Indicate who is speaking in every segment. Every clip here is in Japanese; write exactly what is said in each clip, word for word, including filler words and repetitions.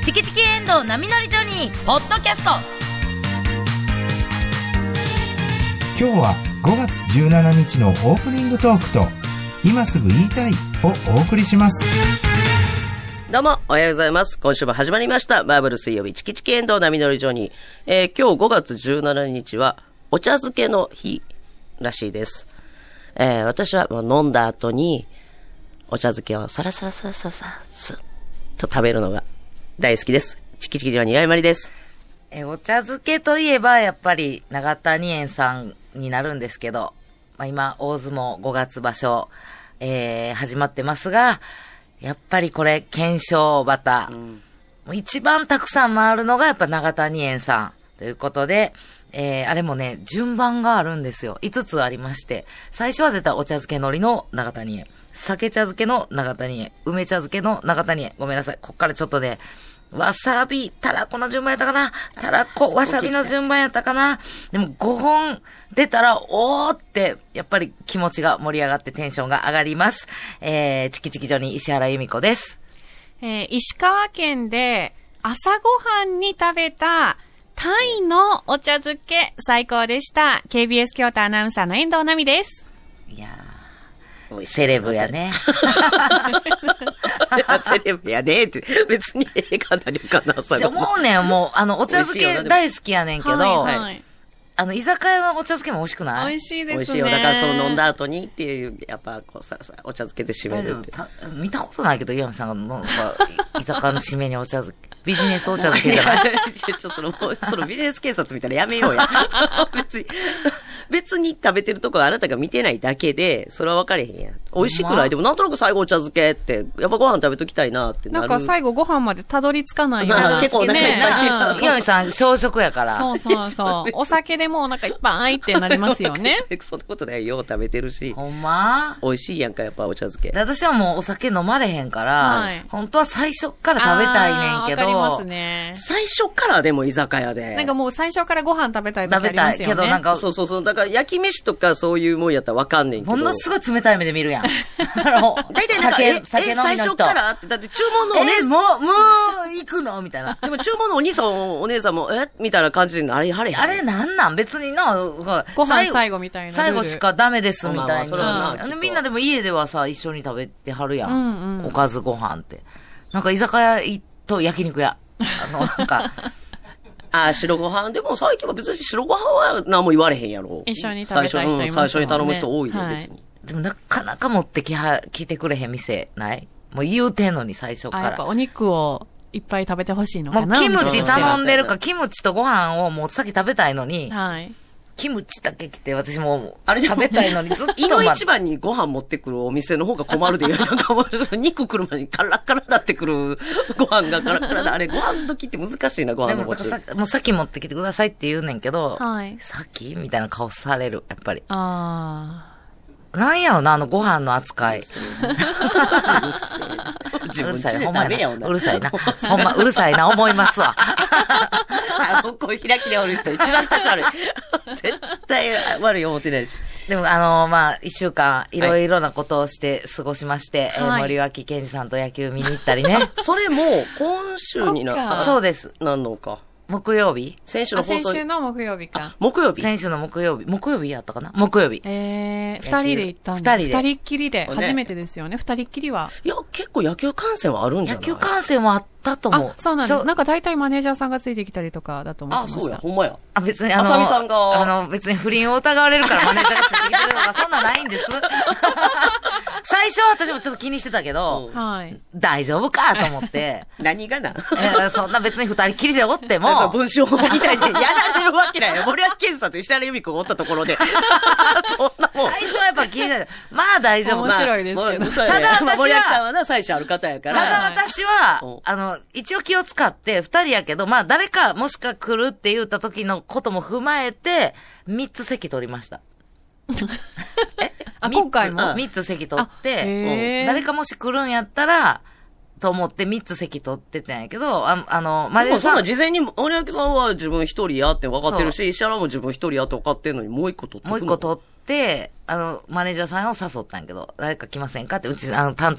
Speaker 1: チキチキエンドウ波乗りジョニー」ポッドキャスト。
Speaker 2: 今日はごがつじゅうしちにちのオープニングトークと今すぐ言いたいをお送りします。
Speaker 3: どうもおはようございます。今週も始まりましたバーブル水曜日チキチキエンドウ波乗りジョニー、えー、今日ごがつじゅうしちにちはお茶漬けの日らしいです。えー、私はもう飲んだ後にお茶漬けをサラサラサラサラサラスッと食べるのが大好きです。チキチキジョニーやいまりです。
Speaker 1: えお茶漬けといえばやっぱり永谷園さんになるんですけど、まあ、今大相撲ごがつ場所、えー、始まってますが、やっぱりこれ懸賞バタ、うん、一番たくさん回るのがやっぱ永谷園さんということで、えー、あれもね順番があるんですよ。いつつありまして、最初は絶対お茶漬け海苔の永谷園、酒茶漬けの永谷園、梅茶漬けの永谷園。ごめんなさい、こっからちょっとねわさび、たらこの順番やったかな、たらこ、わさびの順番やったかな。でもごほん出たら、おーって、やっぱり気持ちが盛り上がってテンションが上がります。えー、チキチキジョニー石原由美子です。
Speaker 4: えー、石川県で朝ごはんに食べたタイのお茶漬け、最高でした。ケービーエス 京都アナウンサーの遠藤奈美です。
Speaker 1: いやー、セレブやね。
Speaker 3: セレブやねって、別にええかなりかなさ。
Speaker 1: もうね、もう、あの、お茶漬け大好きやねんけど、
Speaker 4: はいはい、
Speaker 1: あの、居酒屋のお茶漬けも美味しくない？
Speaker 4: 美味しいですね。
Speaker 3: 美味しいよ。だからそう飲んだ後にっていう、やっぱこうさ、さお茶漬けで締めるって。
Speaker 1: 見たことないけど、岩見さんがなんか、居酒屋の締めにお茶漬け。ビジネスお茶漬けじゃない
Speaker 3: ちょっとその、そのビジネス警察みたいなやめようや。別に、別に食べてるとこあなたが見てないだけで、それは分かれへんやん。美味しくない、ま、でもなんとなく最後お茶漬けって、やっぱご飯食べときたいなってなる。
Speaker 4: なんか最後ご飯までたどり着かないような。
Speaker 3: 結構お腹いっぱい。
Speaker 1: 岩見さん、小食やから。
Speaker 4: そうそうそう。お酒でもうお腹いっぱいってなりますよね。
Speaker 3: そんなことないよ。食べてるし。
Speaker 1: ほんま
Speaker 3: 美味しいやんか、やっぱお茶漬け。
Speaker 1: 私はもうお酒飲まれへんから、はい、本当は最初から食べたいねんけど。
Speaker 4: わかりますね。
Speaker 3: 最初からでも居酒屋で。
Speaker 4: なんかもう最初からご飯食べたい時ありますよね。
Speaker 1: 食べたいけどなんか。
Speaker 3: そうそうそう。だから焼き飯とかそういうもんやったらわかんねんけど。
Speaker 1: ほんのすごい冷たい目で見るやん。
Speaker 3: 大体なんか、酒、酒飲みの人。最初からって、だって注文のお姉さん。
Speaker 1: え、もう、もう、行くのみたいな。
Speaker 3: でも注文のお兄さん、お姉さんも、えみたいな感じで、あれ、あれ。
Speaker 1: あれなんなん別にな、
Speaker 4: ご飯最後みたいな。
Speaker 1: 最後しかダメです、みたい
Speaker 3: な。
Speaker 1: うん、みんなでも家ではさ、一緒に食べてはるやん。うんうん、おかずご飯って。なんか居酒屋と焼肉屋。あの、なんか、
Speaker 3: あ、白ご飯でも最近は別に白ご飯は何も言われへんやろ。
Speaker 4: 一緒に食べたい人いますもんね。
Speaker 3: 最初に頼む人多いで、はい、別に。
Speaker 1: でもなかなか持ってきは、来てくれへん店ないもう言うてんのに最初から。
Speaker 4: あ、やっぱお肉をいっぱい食べてほしいのかな。
Speaker 1: もうキムチ頼んでるか、キムチとご飯をもう先食べたいのに、はい。キムチだけ来て私もあれ食べたいのにずっと。
Speaker 3: 胃の一番にご飯持ってくるお店の方が困るで、なんかもう肉来る前にカラッカラなってくるご飯がカラッカラだ。あれご飯時って難しいな、ご飯の持ち。
Speaker 1: でもさ、もう先持ってきてくださいって言うねんけど、はい。先みたいな顔される、やっぱり。ああ。なんやろな、あのご飯の扱い。
Speaker 3: 自分ちで食べやおな。
Speaker 1: うるさいな。ほんま、うるさいな、思いますわ。
Speaker 3: あの、こう開きでおる人、一番立ち悪い。絶対悪い思ってないし。
Speaker 1: でも、あの、まあ、一週間、いろいろなことをして過ごしまして、はい、えー、森脇健児さんと野球見に行ったりね。
Speaker 3: それも、今週にな、
Speaker 1: そうです。
Speaker 3: なんのか。
Speaker 1: 木曜日
Speaker 3: 先週の放送。
Speaker 4: 先週の木曜日か。
Speaker 3: 木曜日
Speaker 1: 先週の木曜日。木曜日やったかな木曜日。
Speaker 4: えー、二人で行ったんだ。
Speaker 1: 二人で。
Speaker 4: 二人っきりで。初めてですよね。二人っきりは。
Speaker 3: いや、結構野球観戦はあるんじゃない？
Speaker 1: 野球観戦はあったと思う。
Speaker 4: あ、そうなんです。なんか大体マネージャーさんがついてきたりとかだと思ってました。
Speaker 3: あ、そうや、ほんまや。
Speaker 1: あ、別にあの、
Speaker 3: あさみさんが。
Speaker 1: あの、別に不倫を疑われるからマネージャーがついてきてるとか、そんなないんです。最初は私もちょっと気にしてたけど、はい。大丈夫かと思って。
Speaker 3: 何がな
Speaker 1: そんな別に二人っきりでおっても。
Speaker 3: 文章みたいにやられるわけないよ。森脇健児さんと石原由美子がおったところで。そんなもん。
Speaker 1: 最初はやっぱ気になる。まあ大丈夫。
Speaker 4: 面白いですけど。
Speaker 1: ただ私は、
Speaker 3: 森脇さんはな、最初ある方やから。
Speaker 1: ただ私は、あの、一応気を使って二人やけど、まあ誰かもしか来るって言った時のことも踏まえて、三つ席取りました。
Speaker 4: えあ、今回も
Speaker 1: 三つ席取って、誰かもし来るんやったら、と思って三つ席取ってたんやけど、あ, あの、マジでさん。
Speaker 3: でもそんな事前に、森脇さんは自分一人やって分かってるし、石原も自分一人やって分かってるのにもう一個取って
Speaker 1: もう一個取って、あの、マネージャーさんを誘ったんやけど、誰か来ませんかって、うち、あの、担当、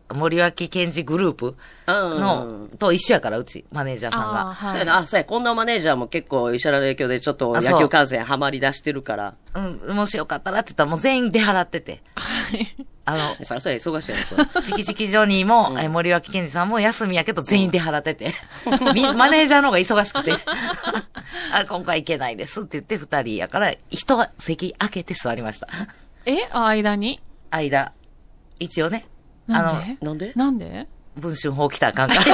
Speaker 1: 森脇健児グループの、と一緒やから、うち、マネージャーさんが。
Speaker 3: そうやな、あ、そうや、近藤マネージャーも結構、医者の影響でちょっと野球観戦ハマり出してるから。
Speaker 1: うん、もしよかったらって言ったらもう全員出払ってて。あの、
Speaker 3: そりゃそうや、忙しいやつ。
Speaker 1: チキチキジョニーも、うん、森脇健児さんも休みやけど全員出払ってて。マネージャーの方が忙しくて。あ、今回行けないですって言って二人やから、一席開けて座りました。
Speaker 4: え間に
Speaker 1: 間。一応ね。
Speaker 4: なんで
Speaker 3: あの、なんで
Speaker 4: なんで
Speaker 1: 文春法来たらあかんから。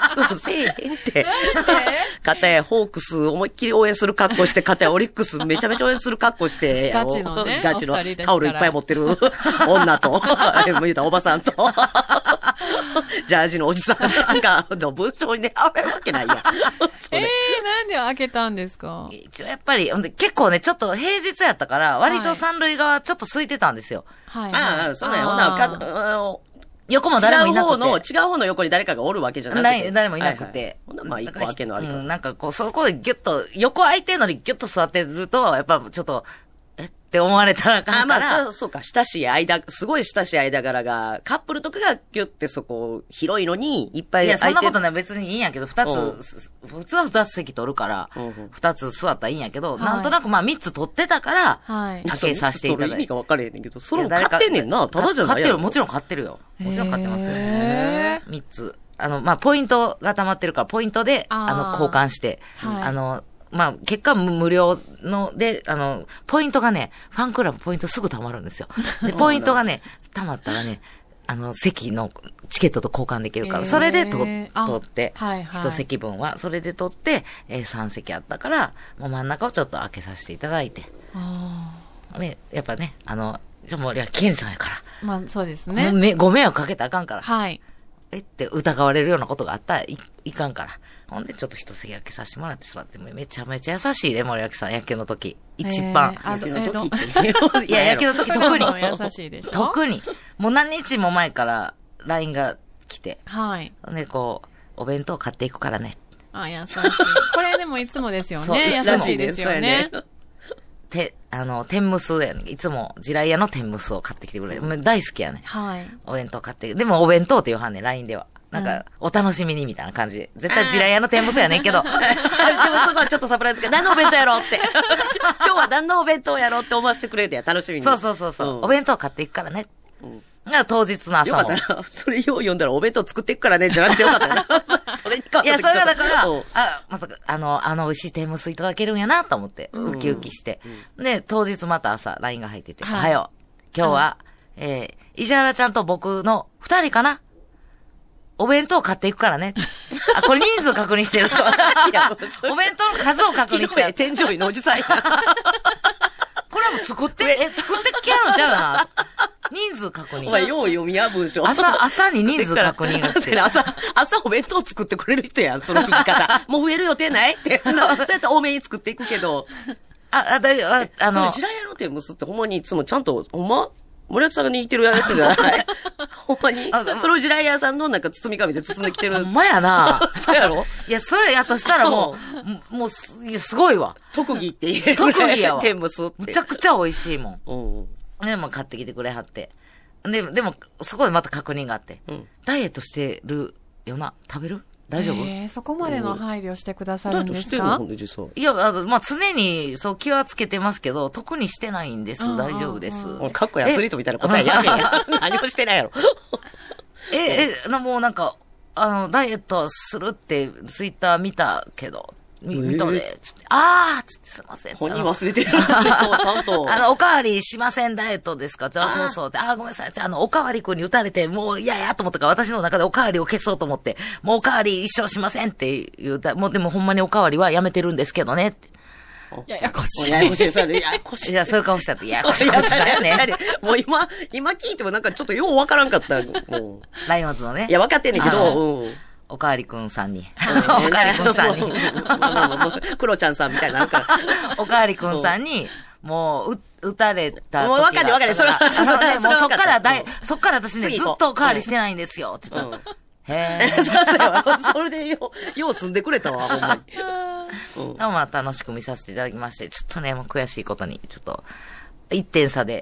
Speaker 3: そうせえへんって。かたやホークス思いっきり応援する格好して、かたやオリックスめちゃめちゃ応援する格好して、
Speaker 4: ガチのね。
Speaker 3: ガチのタオルいっぱい持ってる女と、言うたおばさんと、ジャージのおじさんが、の文章にね、あれわけないやん。
Speaker 4: えー、なんで開けたんですか？
Speaker 1: 一応やっぱり、結構ね、ちょっと平日やったから、割と三塁側ちょっと空いてたんですよ。
Speaker 3: はい。ああ、そうだよ。ほな、か、あの、
Speaker 1: 横も誰もいなくて。
Speaker 3: 違う方の、違う方の横に誰かがおるわけじゃなくて。
Speaker 1: ない、誰もいなくて。
Speaker 3: ほんなまあ一個開けのあるから。
Speaker 1: うん、なんかこう、そこでギュッと、横空いてんのにギュッと座ってると、やっぱちょっと、えって思われたらあかんから。
Speaker 3: あ、まあ、そう、そうか、親しい間、すごい親しい間柄が、カップルとかがギュッてそこ、広いのに、いっぱい
Speaker 1: いや、そんなこと
Speaker 3: ない。
Speaker 1: 別にいいんやけど、二つ、普通は二つ席取るから、二つ座ったらいいんやけど、なんとなくまあ三つ取ってたから、
Speaker 4: はい。
Speaker 1: 開けさせていただいて。
Speaker 3: 意味が分かれへんねんけど、それ買ってんねんな、ただじゃない
Speaker 1: 買ってる、もちろん買ってるよ。もちろん買ってますよ。
Speaker 4: へ
Speaker 1: 三つ。あの、まあ、ポイントが溜まってるから、ポイントで、あの、交換して、あの、まあ、結果無料ので、あの、ポイントがね、ファンクラブポイントすぐ溜まるんですよ。で、ポイントがね、溜まったらね、あの、席のチケットと交換できるから、それでと取って、
Speaker 4: はいはい、
Speaker 1: 一席分は、それで取って、えー、三席あったから、もう真ん中をちょっと開けさせていただいて。ね、やっぱね、あの、じゃもう、いや、ケンさんやから。
Speaker 4: まあ、そうですね。
Speaker 1: ご迷惑かけたらあかんから。
Speaker 4: はい。
Speaker 1: えって疑われるようなことがあったらい、いかんから。ほんで、ちょっと一席開けさせてもらって座って、めちゃめちゃ優しいね、森脇さん、野球の時。一番。
Speaker 3: 野球の時って。
Speaker 1: いや、野球の時特に。
Speaker 4: 優しいでしょ
Speaker 1: 特に。もう何日も前から ライン が来て。
Speaker 4: はい。
Speaker 1: で、こう、お弁当買っていくからね。
Speaker 4: あ、優しい。これでもいつもですよね。優しいですよね。
Speaker 1: て、あの、天むすやね。いつも、地雷屋の天むすを買ってきてくれる。大好きやね。
Speaker 4: はい。
Speaker 1: お弁当買って。でも、お弁当って言うはんねん、ライン では。なんか、お楽しみにみたいな感じで。絶対地雷屋の天むすやねんけど。でも
Speaker 3: そこはちょっとサプライズけど、何のお弁当やろうって。今日は何のお弁当やろうって思わせてくれてや、楽しみに。
Speaker 1: そうそうそうそう、うん。お弁当買っていくからね。うん。が当日の朝も。
Speaker 3: よかったな。それよう読んだらお弁当作っていくからね、じゃなくてよかったな。それに変わった。
Speaker 1: いや、それがだから、あ、また、あの、あの美味しい天むすいただけるんやなと思って、ウキウキして。うん、で、当日また朝、ライン が入ってて、はい、おはよう。今日は、はい、えー、石原ちゃんと僕の二人かなお弁当買っていくからね。あ、これ人数確認してる。いやお弁当の数を確認してる。
Speaker 3: 天井のおじさんや。
Speaker 1: これはもう作って、え、作ってきやるんちゃうよな。人数確認。
Speaker 3: お前、よう読みや、文章。
Speaker 1: 朝、朝に人数確認が来てる。
Speaker 3: 朝、朝お弁当作ってくれる人やん、その聞き方。もう増える予定ないって。そうやって多めに作っていくけど。
Speaker 1: あ、あ、大丈夫、あ、あの。
Speaker 3: それ、地雷屋の天むすってほんまにいつもちゃんと、ほんま森脇さんが握ってるやつじゃないほんまに。それを地雷屋さんのなんか包み紙で包んできてる。
Speaker 1: ほんまやな。
Speaker 3: そうやろ
Speaker 1: いや、それやとしたらもう、もうす、いや、すごいわ。
Speaker 3: 特技って言える。
Speaker 1: 特技やわ。
Speaker 3: 天むすって。
Speaker 1: むちゃくちゃ美味しいもん。
Speaker 3: うん。
Speaker 1: で、も買ってきてくれはって。で、でも、そこでまた確認があって。うん、ダイエットしてるよな。食べる大丈夫？
Speaker 4: えー、そこまでの配慮してくださるんですか？
Speaker 3: ダイエットしてるの？
Speaker 1: いや、あの、まあ、常に、そう、気はつけてますけど、特にしてないんです。大丈夫です。
Speaker 3: もう、かっこいいアスリートみたいな答えやめや。何もしてないやろ。
Speaker 1: え、え、もうなんか、あの、ダイエットするって、ツイッター見たけど、見たで、ちょっと、あーちょっとすいません。
Speaker 3: 本人忘れてるんですよ、ちゃんと。
Speaker 1: あの、おかわりしませんダイエットですか？じゃあ、そうそう。あーごめんなさい。あの、おかわりくんに打たれて、もう嫌やと思ったから、私の中でおかわりを消そうと思って、もうおかわり一生しませんって言うた、もうでもほんまにおかわりはやめてるんですけどねって。
Speaker 4: ややこしい。
Speaker 3: ややこしい。それ、ややこしい。
Speaker 1: いや、そういう顔しちゃって、ややこしい。だよね。
Speaker 3: もう今、今聞いてもなんかちょっとようわからんかった。も
Speaker 1: う。ライオンズのね。
Speaker 3: いや、わかってんねんけど、うん。
Speaker 1: おかわりくんさんに。おかわりくんさんに。
Speaker 3: クロちゃんさんみたいな。
Speaker 1: おかわりくんさんに、もう、打たれた。
Speaker 3: もうわかんないわかんない。それは、
Speaker 1: もうそっからだい、そっから私ね、ずっとおかわりしてないんですよ。って言った。へ
Speaker 3: ぇー。それでよう、よう住んでくれたわ、ほんまに。
Speaker 1: うん。まあ楽しく見させていただきまして、ちょっとね、もう悔しいことに、ちょっと、一点差で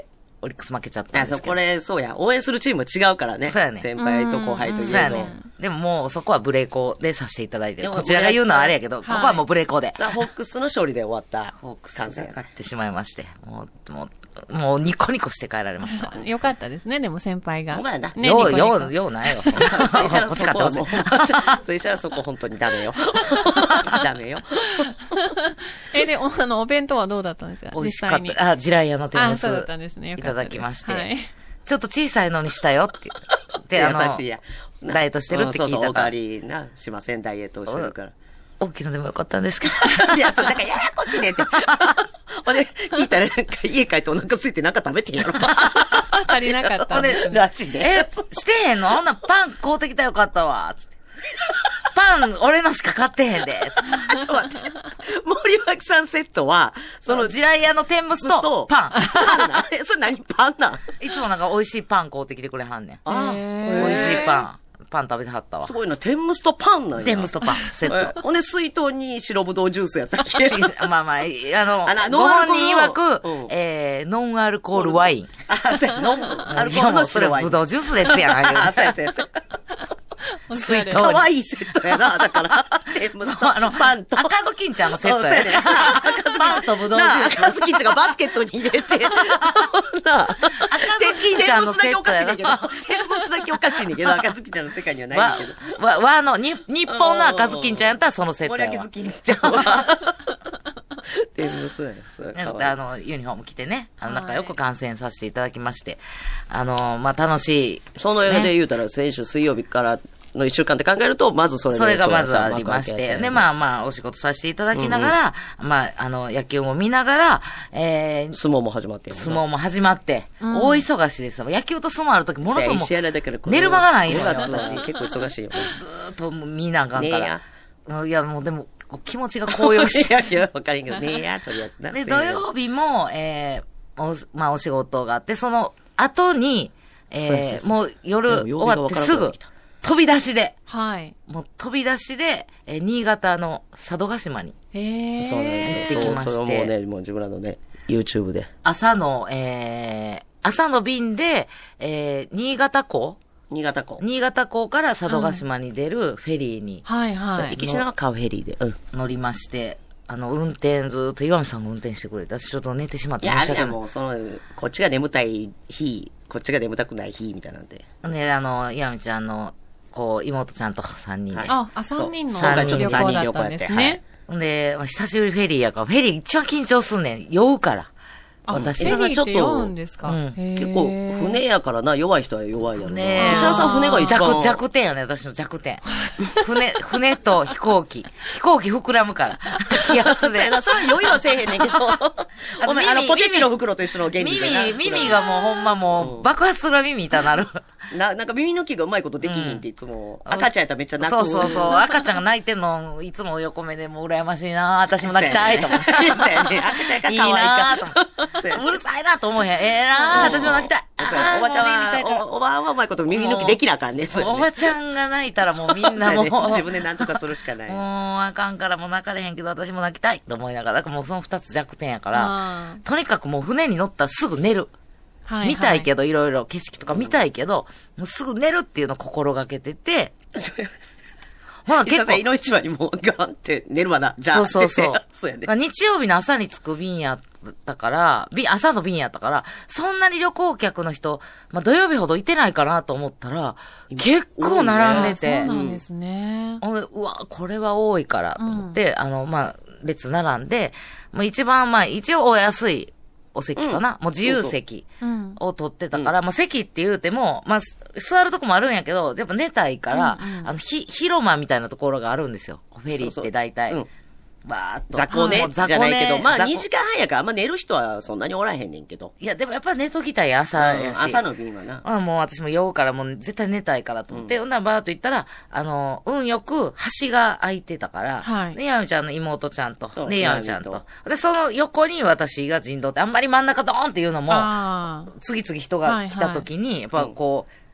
Speaker 1: オリックス負けちゃったん
Speaker 3: あ、そう、
Speaker 1: ですけど。
Speaker 3: これ、そうや。応援するチームは違うからね。
Speaker 1: そうやね
Speaker 3: 先輩と後輩というと。
Speaker 1: そうやね。でももうそこはブレイコでさせていただいてる。
Speaker 3: でも
Speaker 1: こちらが言うのはあれやけど、
Speaker 4: はい
Speaker 1: ここはもうブレイコで。
Speaker 3: さあ、ホークスの勝利で終わった。
Speaker 1: ホークス
Speaker 3: 観戦
Speaker 1: が勝ってしまいまして、もう、もう、もうニコニコして帰られましたわ。
Speaker 4: よかったですね、でも先輩が。
Speaker 3: ほんまやな
Speaker 4: ね、
Speaker 1: よう、
Speaker 4: ニコニコ
Speaker 1: よう、ようないよ。そんな
Speaker 3: それじゃ
Speaker 1: こっち勝ってほしい。
Speaker 3: それじゃそこ本当にダメよ。ダメよ。
Speaker 4: え、で、おあの、お弁当はどうだったんですか？
Speaker 1: 美味しかっ
Speaker 4: 実際に
Speaker 1: た。あ、地雷屋の天
Speaker 4: あ、
Speaker 1: むす
Speaker 4: そうだったんですね。よ
Speaker 1: いた
Speaker 4: かったです
Speaker 1: だきまして、
Speaker 4: はい。
Speaker 1: ちょっと小さいのにしたよって言って、あの、
Speaker 3: 優しいや。
Speaker 1: ダイエットしてるって聞いたから
Speaker 3: うんそうそう、おかわりな、しません、ダイエットをしてるから。
Speaker 1: 大きいのでもよかったんですけど。
Speaker 3: いや、そう、だからややこしいねって。ほんで、聞いたら、なんか家帰ってお腹空いてなんか食べてんやろ。
Speaker 4: 足りなかったんですね。
Speaker 3: らしいね。
Speaker 1: え、してへんのほんならパン買うてきたらよかったわ、つって。パン、俺のしか買ってへんで、つって。
Speaker 3: ちょっと待って。森脇さんセットは、その、
Speaker 1: 地雷屋の天むすとパン。
Speaker 3: パンな。え、それ何パンなん
Speaker 1: いつもなんか美味しいパン買うてきてくれはんねん。
Speaker 3: あ
Speaker 4: へー
Speaker 1: 美味しいパン。パン食べてはったわ
Speaker 3: す。ごいな、天むすとパンなんや。
Speaker 1: 天むすとパン、セット。
Speaker 3: えほんで、水筒に白ぶどうジュースやったっけ
Speaker 1: 違うまあまあ、あの、
Speaker 3: あなノ
Speaker 1: ご
Speaker 3: ンアルコール
Speaker 1: 本人曰く、
Speaker 3: うん
Speaker 1: えー、ノンアルコールワイン。
Speaker 3: あ、そうや、飲む。アルコールの
Speaker 1: いやもうそれ
Speaker 3: 白ワイン。
Speaker 1: ぶどうジュースですやん。
Speaker 3: あ、そうや、そうや、そうや。
Speaker 1: 水筒
Speaker 3: かわいいセットやな、だから。天むすと
Speaker 1: あの、
Speaker 3: パンと。
Speaker 1: 赤ずきんちゃんのセットやね
Speaker 3: そうそうやね。
Speaker 1: パンとぶどうジュース。
Speaker 3: なあ赤ずきんちゃんがバスケットに入れて。なあ
Speaker 1: 赤ずきんちゃんのセットやな。
Speaker 3: 天むすだけおかしいねんけど、天むすだけおかしいねんけど、赤ずきんちゃんの世界にはない
Speaker 1: わ
Speaker 3: んだけど。、
Speaker 1: わ、和の、に、日本の赤ずきんちゃんやったらそのセットやわ
Speaker 3: 森脇ず。きんちゃんは。天むすやねん。それかわいい
Speaker 1: あの、ユニフォーム着てね、あの、
Speaker 4: はい
Speaker 1: 仲良く観戦させていただきまして、あの、まあ、楽しい。
Speaker 3: その映画で言うたら、先週水曜日からの一週間って考えると、まずそれで
Speaker 1: それがまずありまして、で、ま
Speaker 3: あ、
Speaker 1: あまあ、お仕事させていただきながら、まあ、あの、野球も見ながら、えー、
Speaker 3: 相撲も始まってるもんな
Speaker 1: 相撲も始まって、
Speaker 4: うん
Speaker 1: 大忙しですわ。野球と相撲あるとき、ものすごくもう
Speaker 3: 試合だから
Speaker 1: 寝る間がないのよ、
Speaker 3: ごがつは
Speaker 1: 私。
Speaker 3: 結構忙しいよ。
Speaker 1: ずーっと見なあかん
Speaker 3: ねえ
Speaker 1: から
Speaker 3: や。。
Speaker 1: いや、もうでも、こう気持ちが高揚して。
Speaker 3: いやいや、わかりんけど、ねえや、とりあえずな。
Speaker 1: で、土曜日も、えー、お、まあ、お仕事があって、その後に、
Speaker 3: そうそう
Speaker 1: えー、
Speaker 3: そう
Speaker 1: もう夜終わってすぐ、飛び出しで、
Speaker 4: はい。
Speaker 1: もう飛び出しで、えー、新潟の佐渡島に、
Speaker 4: へえ。
Speaker 3: そうなんですよ。
Speaker 1: 行ってきまして
Speaker 3: そうそれはもうね、もう自分らのね、YouTube で。
Speaker 1: 朝の、えー、朝の便で、えー、新潟港
Speaker 3: 新潟港。
Speaker 1: 新潟港から佐渡島に出るフェリーに
Speaker 4: はいはい。
Speaker 3: 行きしながらカウフェリーで。うん。
Speaker 1: 乗りまして、あの、運転ずーっと岩見さんが運転してくれて、私ちょっと寝てしまっ
Speaker 3: いや、あ
Speaker 1: て申し訳ない。
Speaker 3: れはもう、その、こっちが眠たい日、こっちが眠たくない日、みたいなんで。
Speaker 1: で、あの、岩見ちゃんの、こう、妹ちゃんと三人で。
Speaker 3: はい
Speaker 4: あ、あ、三人の
Speaker 1: そう今回ちょっ
Speaker 4: 旅
Speaker 1: と
Speaker 4: 行だったんですね。
Speaker 1: んで、まあ久しぶりフェリーやから、フェリー一番緊張すんねん。酔うから。
Speaker 4: あ、
Speaker 1: 私
Speaker 4: フェリーって
Speaker 3: ちょっと
Speaker 4: 酔うんですか？
Speaker 1: うん
Speaker 4: へー
Speaker 3: 結構、船やからな、弱い人は弱いやろな。
Speaker 1: ねえ
Speaker 3: 石原さん船が一番。
Speaker 1: 弱、弱点やね、私の弱点。船、船と飛行機。飛行機膨らむから。気圧で。
Speaker 3: そうやな、それは酔いはせえへんねんけど。お前、あの、
Speaker 1: 耳
Speaker 3: ポテチの袋と一緒の原理でな。
Speaker 1: 耳、耳がもうほんまも
Speaker 3: うん
Speaker 1: う爆発するわ耳痛なる。
Speaker 3: な、なんか耳の毛がうまいことできひんっていつも、赤ちゃんやったらめっちゃ泣く。
Speaker 1: そうそうそう。赤ちゃんが泣いてんの、いつも横目でもう羨ましいな私も泣きたいと思って。
Speaker 3: そうやね。赤ちゃんが可愛い
Speaker 1: いいな
Speaker 3: か
Speaker 1: と思って。
Speaker 3: そうやね
Speaker 1: うるさいなと思うへん。ええな私も泣きたい。
Speaker 3: そうやねおばちゃん
Speaker 1: あーもう耳痛いから
Speaker 3: は、おおばあはうまいこと耳抜きできなあかんね。そうやね
Speaker 1: おばちゃんが泣いたらもうみんなもう、
Speaker 3: そうやね自分で何とかするしかない。
Speaker 1: もうあかんからもう泣かれへんけど私も泣きたいと思いながら、だからもうその二つ弱点やから、
Speaker 4: あ
Speaker 1: とにかくもう船に乗ったらすぐ寝る。
Speaker 4: ーはい。
Speaker 1: 見たいけ
Speaker 4: ど。
Speaker 1: ど、いろいろ景色とか見たいけど、もうすぐ寝るっていうのを心がけてて、ほな結構
Speaker 3: 結構。、井の一番にもうガンって寝るわな。じゃあ。
Speaker 1: そうそうそう
Speaker 3: ってそうやね。
Speaker 1: 日曜日の朝に着く便やったから、便朝の便やったから、そんなに旅行客の人、まあ土曜日ほどいてないかなと思ったら、結構並んで
Speaker 4: あそう
Speaker 1: て、
Speaker 4: なんですね。
Speaker 1: ほんでうわ、これは多いから、と思って、あの、まあ、列並んで、まあ一番、まあ一応お安いお席かな、もう自由席
Speaker 4: うん。
Speaker 1: を取ってたから、まあ席って言うても、まあ、す座るとこもあるんやけど、やっぱ寝たいから、
Speaker 4: うんうん
Speaker 1: あの、ひ、広間みたいなところがあるんですよ。フェリーって大体。
Speaker 3: そうそう
Speaker 1: バーっと。
Speaker 3: 雑魚ね
Speaker 1: もう。雑
Speaker 3: じゃ
Speaker 1: 魚ね
Speaker 3: ないけど、まあ
Speaker 1: 雑魚
Speaker 3: にじかんはんやからあんま寝る人はそんなにおらへんねんけど。
Speaker 1: いや、でもやっぱ寝ときたい朝やし。
Speaker 3: 朝の便はな。
Speaker 1: あもう私も酔うからもう絶対寝たいからと思って、ほんならバーっと行ったら、あの、運よく橋が空いてたから、
Speaker 4: はい
Speaker 1: で、やみちゃんの妹ちゃんと
Speaker 3: そ、う
Speaker 1: で、やみちゃんと
Speaker 3: やみ。
Speaker 1: で、その横に私が陣取って、あんまり真ん中ドーンっていうのも、
Speaker 4: ああ。
Speaker 1: 次々人が来た時に、やっぱこう、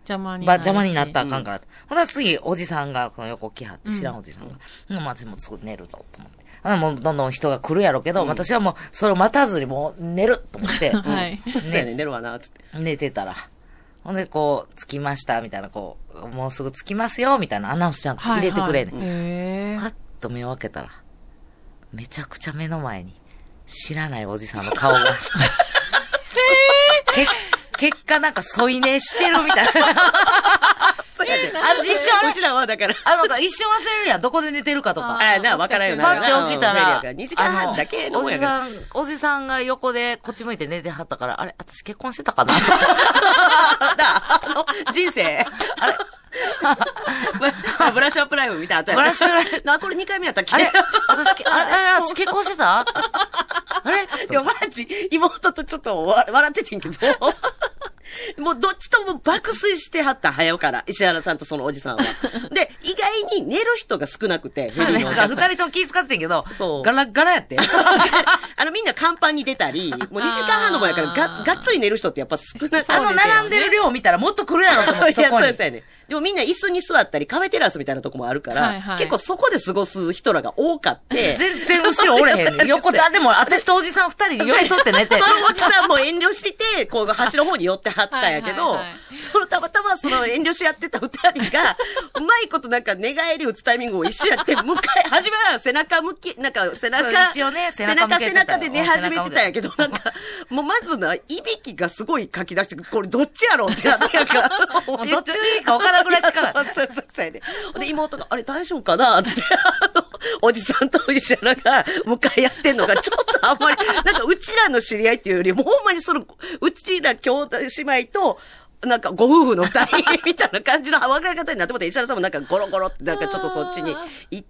Speaker 4: 邪魔に
Speaker 1: まあ、
Speaker 4: なるし。
Speaker 1: 邪魔になったらあかんから。ほんなら次、おじさんがこの横来はって、知らんおじさんが。うん、まあ、私もすぐ寝るぞ、と思って。ほんならもうどんどん人が来るやろうけど、私はもう、それを待たずにもう寝る、と思って。
Speaker 4: はい。
Speaker 3: そうやね、寝るわな、つって。
Speaker 1: 寝てたら。ほんで、こう、着きました、みたいな、こう、もうすぐ着きますよ、みたいなアナウンスちゃんと入れてくれんねん。
Speaker 4: はいはい、へ
Speaker 1: パッと目を開けたら、めちゃくちゃ目の前に、知らないおじさんの顔が。け結果なんか添い寝してるみたいな。
Speaker 3: そうやね。
Speaker 1: あ、一瞬あれ
Speaker 3: うちらはだから。
Speaker 1: あの、一瞬忘れるやん。どこで寝てるかとか。
Speaker 3: ああ、な、わからんよな。
Speaker 1: パッて起きたら、
Speaker 3: にじかんはんだけの
Speaker 1: お
Speaker 3: もんやから。
Speaker 1: じさん、おじさんが横でこっち向いて寝てはったから、あれ、私結婚してたかな
Speaker 3: だ、あの、人生。あれブラッシュアップライブ見た後や
Speaker 1: ブラッシュアップライブ
Speaker 3: な、これにかいめやったっけ
Speaker 1: あれ私、あれ、あれ、私結婚してたあれ
Speaker 3: いや、マジ、妹とちょっと笑笑っててんけど、もうどっちとも爆睡してはった早うから、石原さんとそのおじさんは。で、意外に寝る人が少なくて、
Speaker 1: そうね、
Speaker 3: フェリーの
Speaker 1: だから
Speaker 3: お客さん
Speaker 1: 二人とも気遣ってんけど、
Speaker 3: そう
Speaker 1: ガラッガラやって。
Speaker 3: あの、みんな甲板に出たり、もうにじかんはんのもやから、が、がっつり寝る人ってやっぱ少なく
Speaker 1: あの並んでる量を見たらもっと来るやろと思って、
Speaker 3: いや、
Speaker 1: そこに
Speaker 3: そうです。よね。でもみんな椅子に座ったり、カフェテラスみたいなとこもあるから、
Speaker 4: はいはい
Speaker 3: 結構そこで過ごす人らが多かって、
Speaker 1: 全然後ろおれへんねん。横誰も、私とおじさん二人で寄り添って寝て。
Speaker 3: そのおじさんも遠慮して、こう、端の方に寄ってはったんやけど、
Speaker 4: はいはいはい
Speaker 3: そのたまたまその遠慮しやってた二人が、うまいことなんか寝返り打つタイミングを一緒やって、向かい、初めは背中向き、なんか背中、
Speaker 1: そう一応ね背中向けてた
Speaker 3: 背中で寝始めてたんやけど、なんか、もうまずな、いびきがすごい書き出して、これどっちやろうってなってやから。
Speaker 1: もうどっちの意味か分からんぐらい近かった。
Speaker 3: そうそうそうやね。で、妹が、あれ大丈夫かなって、あの、おじさんと石原が向かい合ってんのが、ちょっとあんまり、なんかうちらの知り合いっていうよりも、ほんまにその、うちら兄弟姉妹と、なんかご夫婦の二人みたいな感じの分かり方になってもって、石原さんもなんかゴロゴロってなんかちょっとそっちに行って、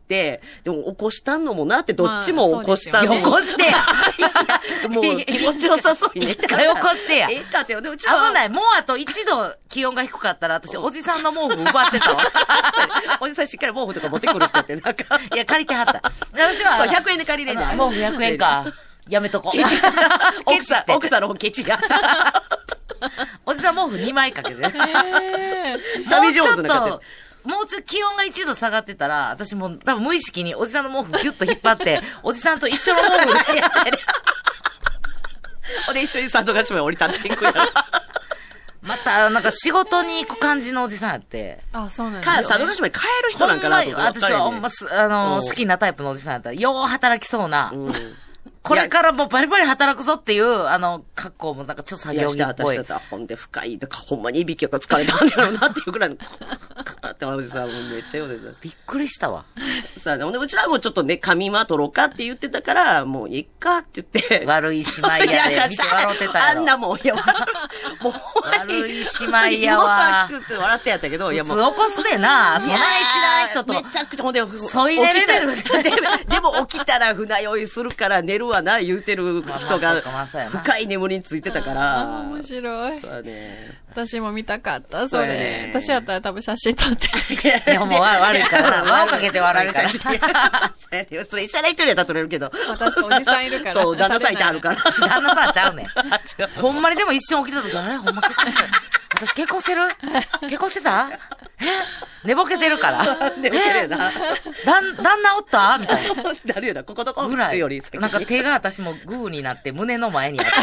Speaker 3: でも起こしたんのもなって、どっちも起こしたん
Speaker 1: まあそうですよ起こしてや。
Speaker 3: や。もう気持ちよさそうに寝て
Speaker 1: 一回起こしてや
Speaker 3: ええかってよ。で、うちは
Speaker 1: 危ない。もうあと一度気温が低かったら、私、おじさんの毛布奪ってたわ。
Speaker 3: おじさんしっかり毛布とか持ってくる人って、なんか。
Speaker 1: いや、借りてはった。私は、
Speaker 3: そう、ひゃくえんで借りれんじゃん。
Speaker 1: 毛布ひゃくえんか。やめとこう。
Speaker 3: ケチ奥さん、
Speaker 1: ケチって
Speaker 3: 奥さんの方ケチが。
Speaker 1: おじさん毛布にまいかけて。
Speaker 4: へー
Speaker 1: もうちょっ
Speaker 3: 旅上手な家庭
Speaker 1: と、もうちょっと気温がいちど下がってたら、私も多分無意識におじさんの毛布ギュッと引っ張って、おじさんと一緒の毛布でやつやで。
Speaker 3: ほんで一緒に佐渡島に降り立っていくやろ。
Speaker 1: また、なんか仕事に行く感じのおじさんやって。
Speaker 4: あ、そうなん
Speaker 3: か、
Speaker 4: ですね。
Speaker 3: 佐渡島に帰る人なんかなと思って。
Speaker 1: 私はほんま、すあの、
Speaker 3: うん
Speaker 1: 好きなタイプのおじさんやったら、よう働きそうな。
Speaker 3: うん。
Speaker 1: これからもうバリバリ働くぞっていう、あの、格好もなんかちょっと作
Speaker 3: いや、して
Speaker 1: 業着っぽい
Speaker 3: 私だっ。たら、ほんで深い、だからほんまにいびきが疲れたんだろうなっていうくらいの、カーっておじさんもめっちゃようですよ。
Speaker 1: びっくりしたわ。
Speaker 3: さあ、ほんで、うちらもちょっとね、髪間取ろうかって言ってたから、もういいかって言って。
Speaker 1: 悪い姉妹やで。見て笑ってたやろ。
Speaker 3: あんなもん、いや、もうほんまに、
Speaker 1: 悪い姉妹やわ
Speaker 3: 妹って笑ってやったけど、いやもう。
Speaker 1: 普通起こすでな、そない知らん人と。
Speaker 3: めちゃくちゃほんで、
Speaker 1: 添い寝レベル
Speaker 3: 起きたらででも起きたら船酔いするから寝るわな、言うてる人
Speaker 1: まあまあそう
Speaker 3: が
Speaker 1: かまあそうやな
Speaker 3: 深い眠りについてたから。
Speaker 4: あー面白い。
Speaker 3: そうやね。
Speaker 4: 私も見たかった、そ
Speaker 3: そうやね
Speaker 4: れ。私やったら多分写真撮って
Speaker 1: いや、もう悪いからな。輪をかけて悪いから。
Speaker 3: そうやねそれ、石原一人やったら撮れるけど。
Speaker 4: まあ確かおじさんいるから
Speaker 3: そう、旦那さんいてあるから。
Speaker 1: 旦那さんちゃうねん。
Speaker 3: 違う
Speaker 1: ほんまにでも一瞬起きた時、あれほんま結婚してる。私結婚してる結婚してたえ寝ぼけてるから。
Speaker 3: 寝ぼけてるな
Speaker 1: え旦旦那おったみたいな。
Speaker 3: なるよな、こことこ
Speaker 1: ぐらい。
Speaker 3: より先に
Speaker 1: なんか手が私もグーになって胸の前にあって。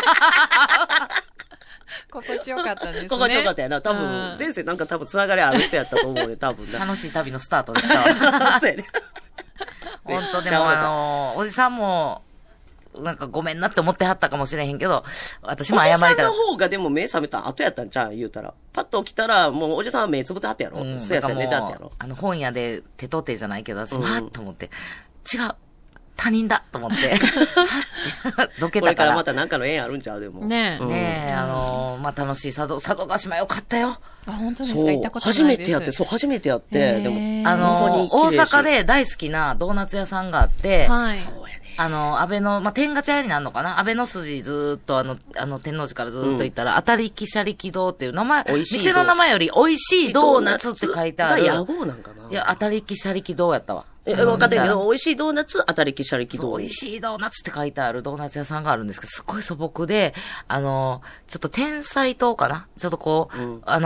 Speaker 4: 心地よかったですね。
Speaker 3: 心地よかったやな。多
Speaker 4: う
Speaker 3: 分、
Speaker 4: ん
Speaker 3: 前世なんか多分つながりある人やったと思うね、多分な。
Speaker 1: 楽しい旅のスタートでしたわ。
Speaker 3: そうやね。
Speaker 1: 本当でもあの、おじさんも、なんかごめんなって思ってはったかもしれへんけど、私も謝りたかった
Speaker 3: おじさんの。方がでも目覚めた後やったんちゃう言うたら。パッと起きたら、もうおじさんは目つぶってはったやろ。
Speaker 1: うん
Speaker 3: そうやそうや、寝
Speaker 1: なんかもう
Speaker 3: てはったやろ。
Speaker 1: あの本屋で手と手じゃないけど、私、
Speaker 3: うん
Speaker 1: わーっと思って、違う他人だと思って、はっどけ
Speaker 3: これか
Speaker 1: たからら。
Speaker 3: またなんかの縁あるんちゃうでも。
Speaker 4: ねえ
Speaker 3: うん
Speaker 1: ねえ、あのー、まあ、楽しい佐渡、佐渡島よかったよ。
Speaker 4: あ、本当ですか？
Speaker 3: そう
Speaker 4: 行った、ことないです。
Speaker 3: 初めてやって、そう、初めてやっ
Speaker 4: へ
Speaker 3: て、
Speaker 4: ー
Speaker 3: でも、
Speaker 1: あのー、大
Speaker 3: 本当に綺麗し
Speaker 1: 阪で大好きなドーナツ屋さんがあって、
Speaker 4: はい。
Speaker 3: そうやね。
Speaker 1: あの、安倍の、まあ、天下茶屋になるのかな安倍の筋ずーっとあの、あの、天王寺からずーっと行ったら、当たりきしゃりき堂っていう名前、
Speaker 3: 美味しい
Speaker 1: 店の名前より美味しいドーナツって書いてある。
Speaker 3: が屋号なんかない
Speaker 1: や、当たりきしゃりき堂やったわ。
Speaker 3: え、分かってんけ
Speaker 1: うん
Speaker 3: ど、美味しいドーナツ、当たりきしゃりき
Speaker 1: そう、
Speaker 3: どう
Speaker 1: 美味しいドーナツって書いてあるドーナツ屋さんがあるんですけど、すっごい素朴で、あの、ちょっと天才糖かなちょっとこう、
Speaker 3: うん
Speaker 1: あの、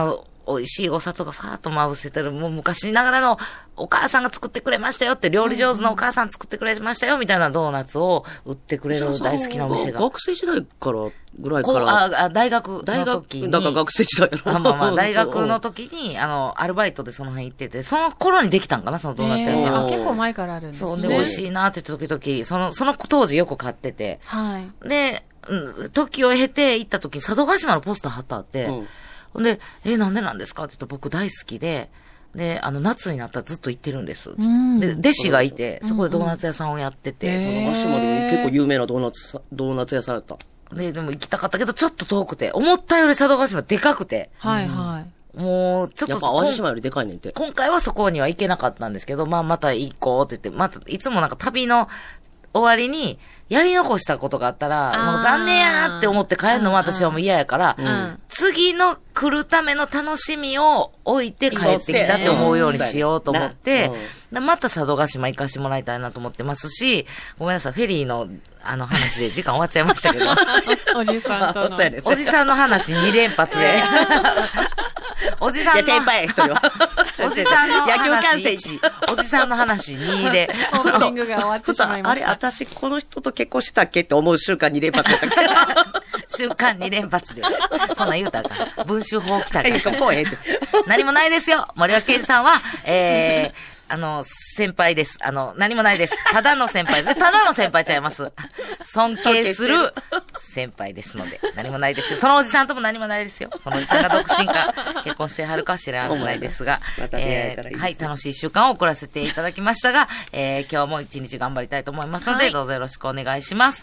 Speaker 1: 美味しいお砂糖がファーっとまぶせてる、もう昔ながらのお母さんが作ってくれましたよって、料理上手のお母さん作ってくれましたよみたいなドーナツを売ってくれる大好きなお店が。
Speaker 3: 学生時代からぐらいか
Speaker 1: こう
Speaker 3: ら。
Speaker 1: ああ大学の時に。
Speaker 3: 大学、だから学生時代やろ。
Speaker 1: あまあまあ、大学の時に、あの、アルバイトでその辺行ってて、その頃にできたんかな、そのドーナツ屋さん。
Speaker 4: あ、結構前からあるんですね。
Speaker 1: そう、で、美味しいなって時々、その、その当時よく買ってて。
Speaker 4: はい。
Speaker 1: で、うん、時を経て行った時に佐渡島のポスター貼ってあって、うんほんで、え、なんでなんですかって言うと僕大好きで、で、あの、夏になったらずっと行ってるんです。うん、で、弟子がいて、そこでドーナツ屋さんをやってて。
Speaker 3: その場所まで結構有名なドーナツ、ドーナツ屋さんやった。
Speaker 1: で、でも行きたかったけど、ちょっと遠くて、思ったより佐渡島でかくて。
Speaker 4: はいはい。
Speaker 1: もう、ちょっと。
Speaker 3: やっぱ淡路島よりでかいねんて。
Speaker 1: 今回はそこには行けなかったんですけど、まあまた行こうって言って、また、いつもなんか旅の終わりに、やり残したことがあったら、もう残念やなって思って帰るのも私はもう嫌やから、うん、次の来るための楽しみを置いて帰ってきたって思うようにしようと思って、うん、また佐渡島行かしてもらいたいなと思ってますし、ごめんなさい、フェリーのあの話で時間終わっちゃいましたけど。
Speaker 4: おじさんとの。
Speaker 1: おじさんの話に連発で。おじさんの。
Speaker 3: 先輩一人は。
Speaker 1: おじさんの話。
Speaker 3: 野球観戦いち。
Speaker 1: おじさんの話にで。
Speaker 4: オープニングが終わってしまいました。
Speaker 3: あれ、私この人と結婚したっけって思う瞬間に連発だったけど。
Speaker 1: 瞬間に連発で。そんな言うたらあかん。文集法来たら
Speaker 3: あかん。もうええって。
Speaker 1: 何もないですよ。森脇健児さんは、えー、あの、先輩です。あの、何もないです。ただの先輩です。ただの先輩ちゃいます。尊敬する先輩ですので、何もないですよ。そのおじさんとも何もないですよ。そのおじさんが独身か、結婚してはるか知らないですが、
Speaker 3: また出会えたらいいですね。
Speaker 1: はい、楽しい一週間を送らせていただきましたが、えー、今日も一日頑張りたいと思いますので、はい、どうぞよろしくお願いします。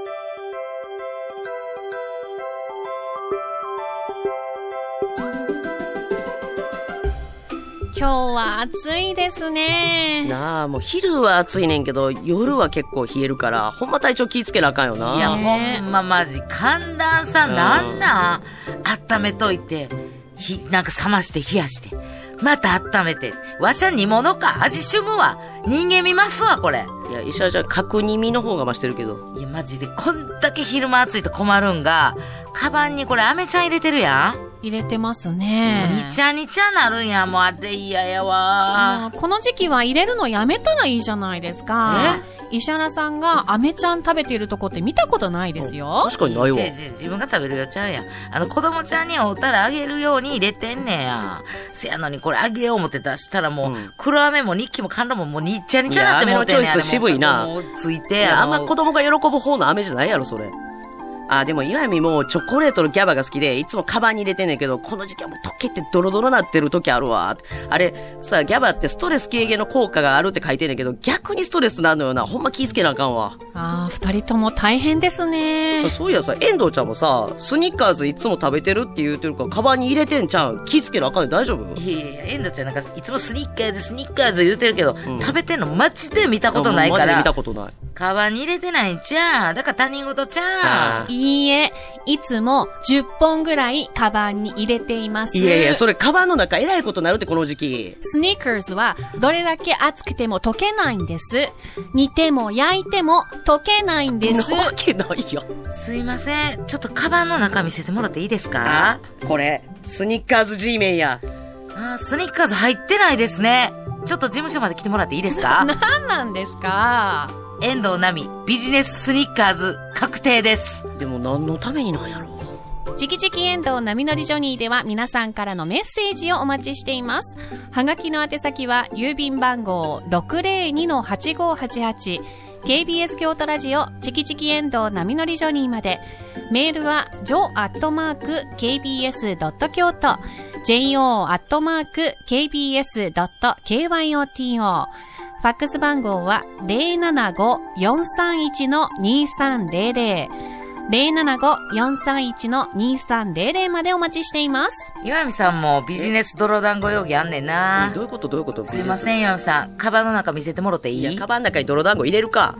Speaker 4: 今日は暑いですね。
Speaker 3: なあ、もう昼は暑いねんけど、夜は結構冷えるから、ほんま体調気ぃつけなあかんよな。
Speaker 1: いや、ほんまマジ、寒暖差なんなん温めといて、ひ、なんか冷まして冷やして、また温めて。わしゃ煮物か、味しむわ。人間見ますわ、これ。
Speaker 3: いや、医者じゃ角煮身の方が増してるけど。
Speaker 1: いや、マジで、こんだけ昼間暑いと困るんが、カバンにこれ、アメちゃん入れてるやん。
Speaker 4: 入れてますね。
Speaker 1: にちゃにちゃなるんや、もうあれ嫌やわ。
Speaker 4: この時期は入れるのやめたらいいじゃないですか。石原さんがアメちゃん食べているとこって見たことないですよ。
Speaker 3: 確かにないわ。
Speaker 1: 自分が食べるよちゃうやん。あの子供ちゃんにおたらあげるように入れてんねんや。せやのにこれあげよう思って出したらもう、うん、黒飴も日記も甘露ももうにっちゃにちゃなってもうてんねん。
Speaker 3: いや、飴のチョイス渋いな。
Speaker 1: もうついて
Speaker 3: や。あんま子供が喜ぶ方の飴じゃないやろ、それ。あ、でも岩見もチョコレートのギャバが好きで、いつもカバンに入れてんねんけど、この時期はもう溶けてドロドロなってる時あるわ。あれ、さ、ギャバってストレス軽減の効果があるって書いてんねんけど、逆にストレスなんのよな。ほんま気ぃつけなあかんわ。
Speaker 4: ああ、二人とも大変ですね。
Speaker 3: そういやさ、遠藤ちゃんもさ、スニッカーズいつも食べてるって言うてるから、カバンに入れてんちゃん。気ぃつけなあかんねん、大丈夫？
Speaker 1: いやいや、遠藤ちゃんなんか、いつもスニッカーズ、スニッカーズ言うてるけど、うん、食べてんのマジで見たことないから。マジで
Speaker 3: 見たことない。
Speaker 1: カバンに入れてないんちゃう。だから他人事ちゃう。
Speaker 4: いいえ。いつもじゅっぽんぐらいカバンに入れています。
Speaker 3: いやいや、それカバンの中えらいことになるってこの時期。
Speaker 4: スニーカーズはどれだけ熱くても溶けないんです。煮ても焼いても溶けないんです。
Speaker 3: なわけないや。
Speaker 1: すいません。ちょっとカバンの中見せてもらっていいですか？
Speaker 3: これ、スニッカーズ G メンや。
Speaker 1: あ、スニッカーズ入ってないですね。ちょっと事務所まで来てもらっていいですか？
Speaker 4: 何なんですか？
Speaker 1: 遠藤奈美ビジネススニッカーズ確定です。
Speaker 3: でも何のためになんやろう。
Speaker 4: チキチキ遠藤波乗りジョニーでは皆さんからのメッセージをお待ちしています。はがきの宛先は郵便番号 ろくぜろにのはちごはちはち ケービーエス 京都ラジオチキチキ遠藤波乗りジョニーまで。メールは ジョー アットマーク ケービーエス ドット 京都 ジェイオー アットマーク ケービーエス ドット ケーワイオーティーオー。ファックス番号は ゼロななご よんさんいち のにさんゼロゼロ ゼロななご よんさんいち のにさんゼロゼロまでお待ちしています。
Speaker 1: 岩見さんもビジネス泥団子容疑あんねんな。
Speaker 3: どういうことどういうこと？
Speaker 1: すいません岩見さん、カバンの中見せてもろていい？
Speaker 3: いや、カバンの中に泥団子入れるか。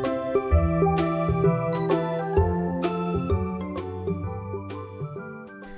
Speaker 1: 岩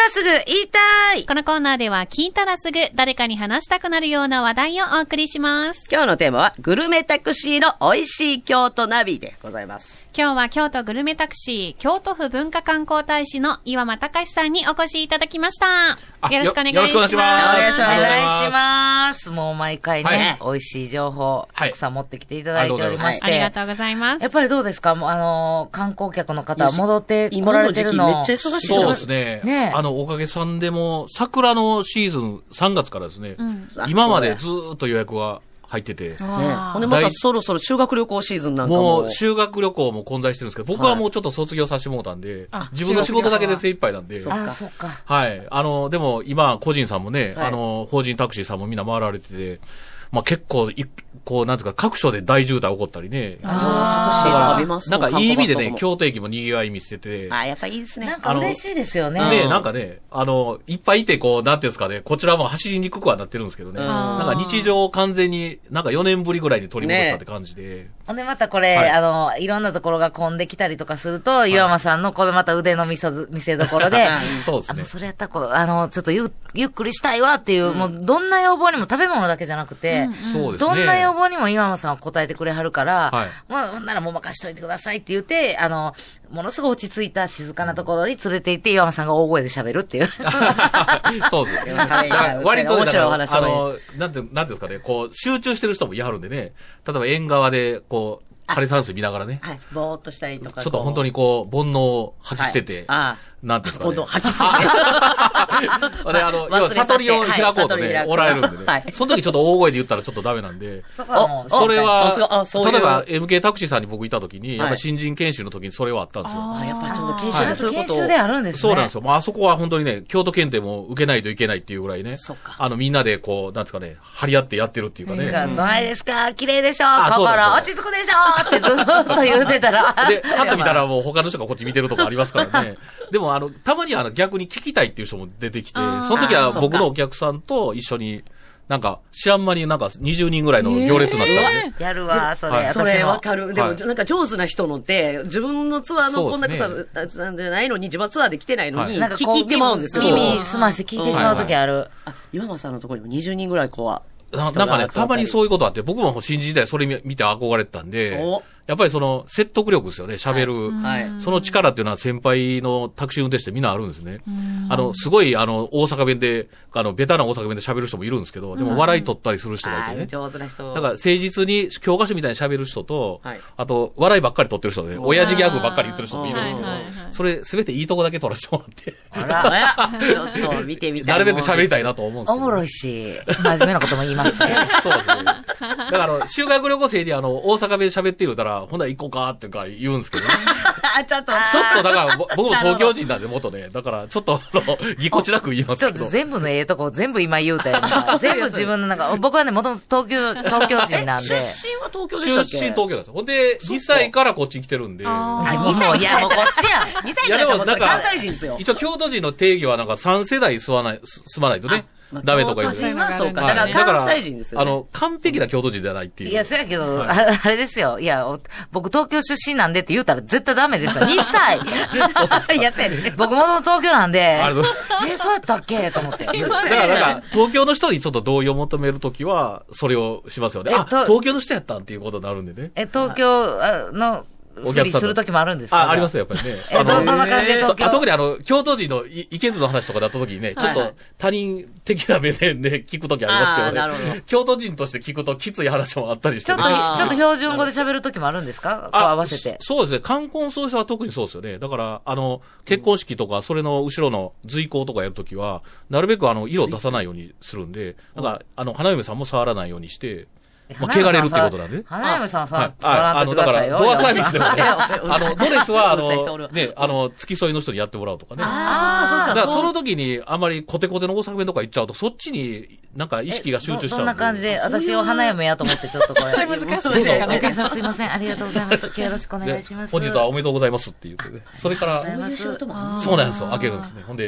Speaker 1: 今すぐ言いたい。
Speaker 4: このコーナーでは聞いたらすぐ誰かに話したくなるような話題をお送りします。
Speaker 3: 今日のテーマはグルメタクシーの美味しい京都ナビでございます。
Speaker 4: 今日は京都グルメタクシー京都府文化観光大使の岩間隆さんにお越しいただきました。よろしくお願いします。
Speaker 5: よろしくお願いします。
Speaker 1: お願いします。もう毎回ね、
Speaker 5: はい、
Speaker 1: 美味しい情報たくさん持ってきていただいておりまして、
Speaker 4: ありがとうございます。
Speaker 1: やっぱりどうですか、あの観光客の方戻って来られてるの。
Speaker 3: 今の時期めっちゃ忙しい。
Speaker 5: そうですね。
Speaker 1: ね、
Speaker 5: あのおかげさんでも桜のシーズンさんがつからですね。うん、今までずーっと予約は入ってて。ね、
Speaker 3: ほんでまたそろそろ修学旅行シーズンなんかも。
Speaker 5: もう修学旅行も混在してるんですけど、僕はもうちょっと卒業させてもらったんで、はい、自分の仕事だけで精一杯なんで。
Speaker 1: あ、そっか。
Speaker 5: はい。あの、でも今、個人さんもね、はい、あの、法人タクシーさんもみんな回られてて、まあ、結構い、こう、なんていうか、各所で大渋滞起こったりね。
Speaker 3: ああ、
Speaker 5: なんかいい意味でね、京都駅も賑わい見せてて。
Speaker 3: ああ、やっぱいいですね。
Speaker 1: なんか嬉しいですよね。
Speaker 5: ね、なんかね、あの、いっぱいいて、こう、なんていうんですかね、こちらも走りにくくはなってるんですけどね。なんか日常を完全に、なんかよねんぶりぐらいに取り戻したって感じで。
Speaker 1: ほんでまたこれ、はい、あの、いろんなところが混んできたりとかすると、はい、岩間さんのこれまた腕の見せ、見せどころで、
Speaker 5: そうですね。
Speaker 1: あの、それやったらこう、あの、ちょっとゆ、ゆっくりしたいわっていう、うん、もう、どんな要望にも食べ物だけじゃなくて、
Speaker 5: うんうん、
Speaker 1: どんな要望にも岩間さんは答えてくれはるから、
Speaker 5: はい、
Speaker 1: まあ、ほんならもう任しといてくださいって言って、あの、ものすごい落ち着いた静かなところに連れて行って、岩間さんが大声で喋るっていう。
Speaker 5: そうですね。割と、あの、なんて、なんていうんですかね、こう、集中してる人もいはるんでね、例えば縁側で、こう、枯山水見ながらね。
Speaker 3: はい。ぼーっとしたりとか。
Speaker 5: ちょっと本当にこう、煩悩を吐き捨てて、
Speaker 3: はい、
Speaker 5: なんていうんですかね。
Speaker 3: 煩悩吐き捨てて。
Speaker 5: で、あの、要は悟りを開こうとね、はい、おられるんでね。はい。その時ちょっと大声で言ったらちょっとダメなんで。
Speaker 1: そこはもう、
Speaker 5: それは、
Speaker 3: 例
Speaker 5: えば エムケー タクシーさんに僕いた時に、やっぱり新人研修の時にそれはあったんですよ。
Speaker 3: ああ、やっぱりちょうど研修でそういうこと
Speaker 1: 研修であるんですね。
Speaker 5: そうなんですよ。まあ、あそこは本当にね、京都検定も受けないといけないっていうぐらいね。
Speaker 3: そっか。
Speaker 5: あの、みんなでこう、なんですかね、張り合ってやってるっていうかね。
Speaker 1: どないですか、綺麗でしょ、心落ち着くでしょってずっと言うてたら。
Speaker 5: で、パッと見たらもう他の人がこっち見てるとかありますからね。でもあの、たまにあの逆に聞きたいっていう人も出てきて、その時は僕のお客さんと一緒に、なんか、知らん間になんかにじゅうにんぐらいの行列になったんで。
Speaker 1: えー、やるわ、それ。はい、
Speaker 3: それわかる。でも、なんか上手な人のって、自分のツアーのこんな草なんじゃないのに、自分はツアーで来てないのに、聞き入ってまうんですよ。
Speaker 1: 耳すまして聞いてしまう時ある。
Speaker 3: あ、岩間さんのところにもにじゅうにんぐらいこう、
Speaker 5: な, なんかね、たまにそういうことあって、僕も新人時代それ見て憧れてたんで、やっぱりその説得力ですよね、喋る、はい。その力っていうのは先輩のタクシー運転手ってみんなあるんですね。あの、すごいあの、大阪弁で、あの、ベタな大阪弁で喋る人もいるんですけど、でも笑い取ったりする人がいてね。
Speaker 3: 上手な人。
Speaker 5: だから誠実に教科書みたいに喋る人と、はい、あと、笑いばっかり取ってる人で、親父ギャグばっかり言ってる人もいるんですけど、それすべていいとこだけ取らせてもらって。
Speaker 3: あら、ちょっと見てみたい。
Speaker 5: なるべく喋りたいなと思うんですけど。
Speaker 1: おもろいし、真面目なことも言いますね。
Speaker 5: そうですね。だからあの、修学旅行生であの、大阪弁喋って言うたら、ほんなら行こうかってか言うんですけどね。
Speaker 3: ちょっと、
Speaker 5: ちょっとだから、僕も東京人なんで元ね、だからちょっとあの、ぎこちなく言いますけど。
Speaker 1: ちょっと全部のええとこ全部今言うたよな。全部自分のなんか、僕はね、もともと東京、東京人なんで。
Speaker 3: 出身は東京でしたっけ？
Speaker 5: 出身東京なんですよ。ほんで、にさいからこっち来てるんで。
Speaker 1: あ、にさい、いや、もうこっちやん。
Speaker 3: にさいからもう関西人ですよ。
Speaker 5: 一応京都人の定義はなんかさん世代住まない、住まないとね。ダメとか言う
Speaker 3: て。そうか。だから関西人ですよね。
Speaker 5: あの、完璧な京都人ではないっていう。
Speaker 1: いや、そうやけど、はい、あ, あれですよ。いや、僕東京出身なんでって言うたら絶対ダメですよ。にさい。いや、そうやね。僕も東京なんで。え、そうやったっけと思って。だから、
Speaker 5: だから東京の人にちょっと同意を求めるときは、それをしますよね。あ、東京の人やったんっていうことになるんでね。
Speaker 1: え、東京の、お客さんするときもあるんですか？
Speaker 5: あ、ありますよ、やっぱりね。
Speaker 1: え、どんな感じで東京？
Speaker 5: 特にあの、京都人のいけずの話とかだったときにね、ちょっと他人的な目線で聞くときありますけどね。
Speaker 3: なるほど。
Speaker 5: 京都人として聞くときつい話もあったりして、
Speaker 1: ね。ちょっと、ちょっと標準語で喋るときもあるんですか？こう合わせて。
Speaker 5: そうですね。冠婚葬祭は特にそうですよね。だから、あの、結婚式とか、それの後ろの随行とかやるときは、なるべくあの、色を出さないようにするんで、だから、あの、花嫁さんも触らないようにして、まあ、汚れるってことなんで。
Speaker 1: 花嫁さんは触らんとくださいよ。
Speaker 5: あの、だから、ドアサービスでもね、あの、ドレスは、あの、ね、あの、付き添いの人にやってもらうとかね。
Speaker 3: ああ、そうか、
Speaker 5: だから、その時に、あまりコテコテの大阪弁とか言っちゃうと、そっちに、なんか意識が集中しちゃう。
Speaker 1: そんな感じで、私を花嫁やと思って、ちょっとこれ。
Speaker 4: それ難しいですね。
Speaker 1: お客さんすいません。ありがとうございます。今日よろしくお願いします。
Speaker 5: 本日はおめでとうございますって言ってね。それから、
Speaker 3: そうなん
Speaker 5: ですよ。開けるんですね。ほんで、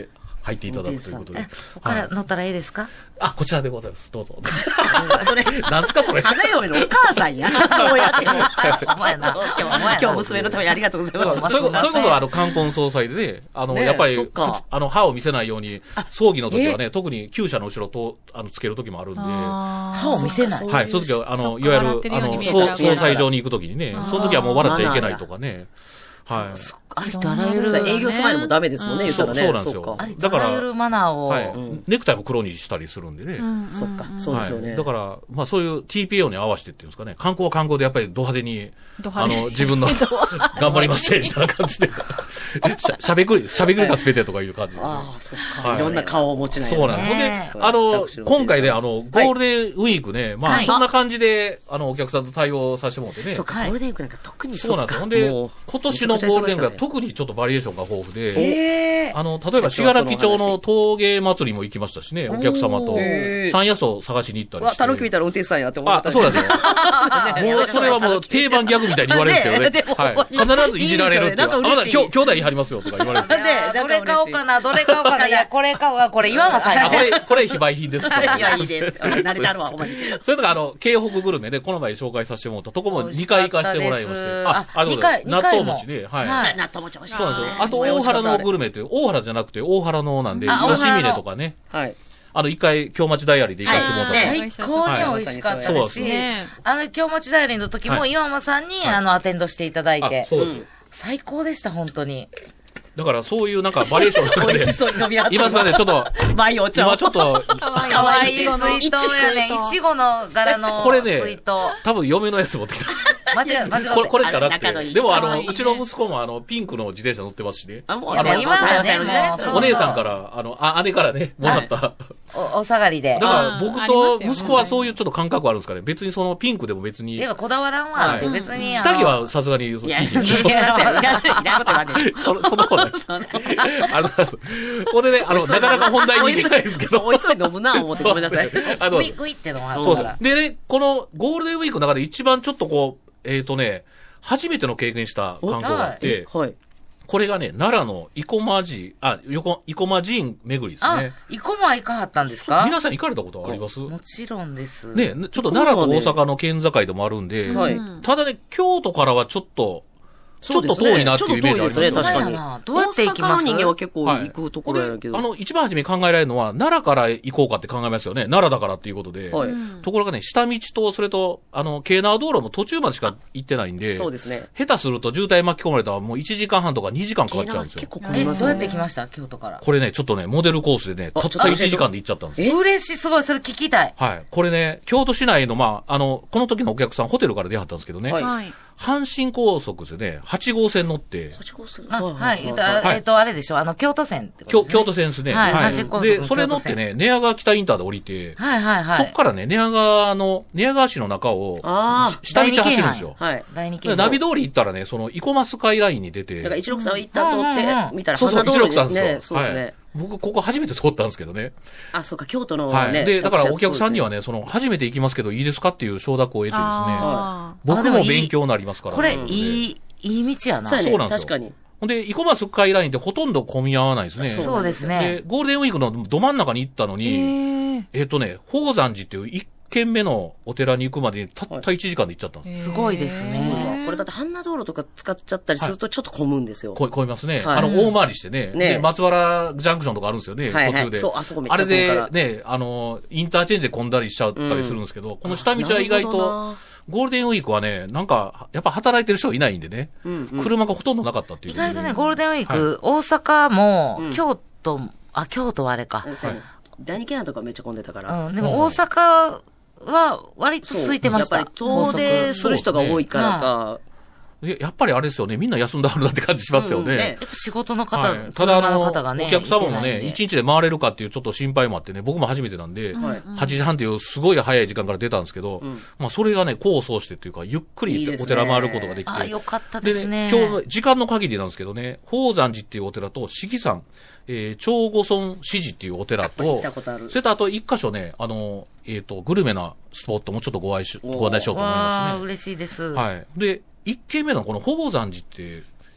Speaker 5: 入っていただくということで。こ
Speaker 1: こから乗ったらいいですか？
Speaker 5: あ、こちらでございます。どうぞ。
Speaker 3: それ、
Speaker 5: なんすかそれ。
Speaker 3: 花嫁のお母さんや。こうやって。
Speaker 1: お前な。
Speaker 3: 今日娘のためにありがとうございます。
Speaker 5: それこそ、あの、冠婚葬祭でね、あの、やっぱり、あの、歯を見せないように、葬儀の時はね、特に厩舎の後ろと、あの、つける時もあるんで。
Speaker 1: 歯を見せない。
Speaker 5: はい、その時は、あの、いわゆる、あの、葬祭場に行く時にね、その時はもう笑っちゃいけないとかね。はい。
Speaker 1: ありとあらゆる。
Speaker 3: 営業スマイルもダメですもんね、言ったらね。
Speaker 5: そうなんですよ。
Speaker 1: ありとあらゆるマナーを。
Speaker 5: はい。ネクタイも黒にしたりするんでね。
Speaker 3: そっか、そうですよね。
Speaker 5: だから、まあそういう ティーピーオー に合わせてっていうんですかね、観光は観光でやっぱりド派手に、あの、自分の、頑張りますね、みたいな感じで。しゃ、しゃべくり、しゃべくりがすべてとかいう感じで。
Speaker 3: ああ、そっか。いろんな顔を持ちない。
Speaker 5: そうなんです。で、あの、今回ね、あの、ゴールデンウィークね、まあそんな感じで、あの、お客さんと対応させてもらってね。
Speaker 3: そうか、ゴールデンウィークなんか特に
Speaker 5: そうなんですよ。ほんで、今年のゴールデンウィークは特にちょっとバリエーションが豊富で、あの、例えば、信楽町の陶芸祭りも行きましたしね、お客様と、山野草探しに行ったりして。
Speaker 3: わ、たぬき見たら運転手さんやって思った。
Speaker 5: あ、そうなんですよ。もう、それはもう定番ギャグみたいに言われるんですけどね。はい。必ずいじられるっていう。あ、まだ今日、兄弟言い張りますよとか言われるんです
Speaker 1: よ。どれ買おうかな、どれ買おうかな、いや、これ買おうか、これ、岩間さんや。
Speaker 5: これ、これ非売品です。
Speaker 3: いや、いいです。慣れてあるわ、お前。
Speaker 5: それとか、あの、京北グルメで、この前紹介させてもらったとこもにかい行かせてもらいまして。あ、あの、納豆餅ね。はい。
Speaker 3: 納豆餅美味しい。
Speaker 5: そうなんですよ。あと、大原のグルメって、大原じゃなくて、大原のなんで、吉峰とかね。はい。あの、一回、京町ダイアリーで行かせてもらった。
Speaker 1: 最高に美味しかったですし、あの、京町ダイアリーの時も、岩間さんに、あの、アテンドしていただいて。そうです。最高でした、本当に。
Speaker 5: だからそういうなんかバリエーションの中で。
Speaker 3: 美味しそうに飲み合って。
Speaker 5: 今すいません、ちょっと。
Speaker 3: バイオちゃん。
Speaker 5: 今ちょっと。
Speaker 1: かわいい水筒やね。いちごの柄の水筒。これね、
Speaker 5: 多分嫁のやつ持ってきた。
Speaker 1: 間違え、間違え。
Speaker 5: これ、これしかなくて。でもあの、うちの息子もあの、ピンクの自転車乗ってますしね。
Speaker 1: あ、もう、今はね、
Speaker 5: お姉さんから、あの、あ、姉からね、もらった。
Speaker 1: お、お下がりで。
Speaker 5: だから僕と息子はそういうちょっと感覚あるんですかね。別にそのピンクでも別に。
Speaker 1: いや、こだわらんわって別に。
Speaker 5: 下着はさすがにいいですけど。
Speaker 3: いや、いらん、いらんこと言わねえ。
Speaker 5: そ、その方なんです。ありがとうございます。これでね、あの、なかなか本題に行けないですけど。
Speaker 3: おいそい飲むな、思ってごめんなさい。
Speaker 1: あの、グイグイってのがある
Speaker 5: から。でね、このゴールデンウィークの中で一番ちょっとこう、えっとね、初めての経験した観光があって、はい。これがね、奈良の生駒寺、あ、横、生駒寺院巡りですね。
Speaker 1: あ、生駒行かはったんですか？
Speaker 5: 皆さん行かれたことあります？
Speaker 1: もちろんです。
Speaker 5: ね、ちょっと奈良と大阪の県境でもあるんで、はい。ただね、京都からはちょっと、ちょっと遠いなっていうイメージありますね、
Speaker 3: 確かに。
Speaker 1: どうやって行きます？
Speaker 3: 大阪の人間は結構行くところやけど。
Speaker 5: あの、一番初めに考えられるのは、奈良から行こうかって考えますよね。奈良だからっていうことで。はい。ところがね、下道と、それと、あの、京奈道路も途中までしか行ってないんで。
Speaker 3: そうですね。
Speaker 5: 下手すると渋滞巻き込まれたらもういちじかんはんとかにじかんかかっちゃうんですよ。
Speaker 3: 結構混みます
Speaker 1: ね。どうやって行きました？京都から。
Speaker 5: これね、ちょっとね、モデルコースでね、たったいちじかんで行っちゃったんですよ。
Speaker 1: 嬉しい、すごい、それ聞きたい。
Speaker 5: はい。これね、京都市内の、まあ、あの、この時のお客さん、ホテルから出はったんですけどね。はい。阪神高速ですよね。はち号線乗って。
Speaker 3: はち号線
Speaker 1: あ、はい。えっと、あれでしょ、あの、京都線って
Speaker 5: ことですね。京都線ですね。
Speaker 1: はい。阪神高速。
Speaker 5: で、それ乗ってね、寝屋川北インターで降りて。
Speaker 1: はいはいはい。
Speaker 5: そっからね、寝屋川の、寝屋川市の中を、下道走るんですよ。はい。
Speaker 1: 第二京
Speaker 5: ナビ通り行ったらね、その、生駒スカイラインに出て。
Speaker 3: だからいちろくさん行ったと思って、見たら、
Speaker 5: そうそう、いちろくさん
Speaker 3: ね。そうですね。
Speaker 5: 僕、ここ初めて通ったんですけどね。
Speaker 3: あ、そうか、京都のね。
Speaker 5: はい。で、だからお客さんにはね、その、初めて行きますけどいいですかっていう承諾を得てですね。はい。僕も勉強になりますから。
Speaker 1: これ、いい、いい道やな。
Speaker 3: そうなんですよ。確かに。
Speaker 5: ほんで、生駒スカイラインってほとんど混み合わないですね。
Speaker 1: そうですね。
Speaker 5: で、ゴールデンウィークのど真ん中に行ったのに、えっとね、宝山寺っていう一軒目のお寺に行くまでにたったいちじかんで行っちゃったんです。
Speaker 1: すごいですね。
Speaker 3: これだって半田道路とか使っちゃったりするとちょっと混むんですよ。
Speaker 5: 混みますね。あの、大回りしてね。で、松原ジャンクションとかあるんですよね、途中で。
Speaker 3: そう、あそこめっちゃ
Speaker 5: あれでね、あの、インターチェンジで混んだりしちゃったりするんですけど、この下道は意外と、ゴールデンウィークはね、なんか、やっぱ働いてる人いないんでね、車がほとんどなかったっていう。
Speaker 1: 意外とね、ゴールデンウィーク、大阪も、京都、あ、京都はあれか。
Speaker 3: 第二京奈とかめっちゃ混んでたから。
Speaker 1: うん、でも大阪は割と空いてました。
Speaker 3: やっぱり遠出する人が多いからか。
Speaker 5: やっぱりあれですよね。みんな休んであるなって感じしますよね。うん、ね、
Speaker 1: やっぱ仕事の方、はい、
Speaker 5: ただあの、お客様もね、一日で回れるかっていうちょっと心配もあってね、僕も初めてなんで、はい、はちじはんっていうすごい早い時間から出たんですけど、うん、まあそれがね、功を奏してっていうか、ゆっくりお寺回ることができて。いい
Speaker 1: あ、よかったですね。
Speaker 5: でね、今日、時間の限りなんですけどね、宝山寺っていうお寺と、四季山、えー、長後村四寺っていうお寺と、それとあと一箇所ね、あの、えっ、ー、と、グルメなスポットもちょっとご愛し、ご案内しようと思いますね。
Speaker 1: ああ、嬉しいです。
Speaker 5: はい。で、一軒目のこの宝山寺って、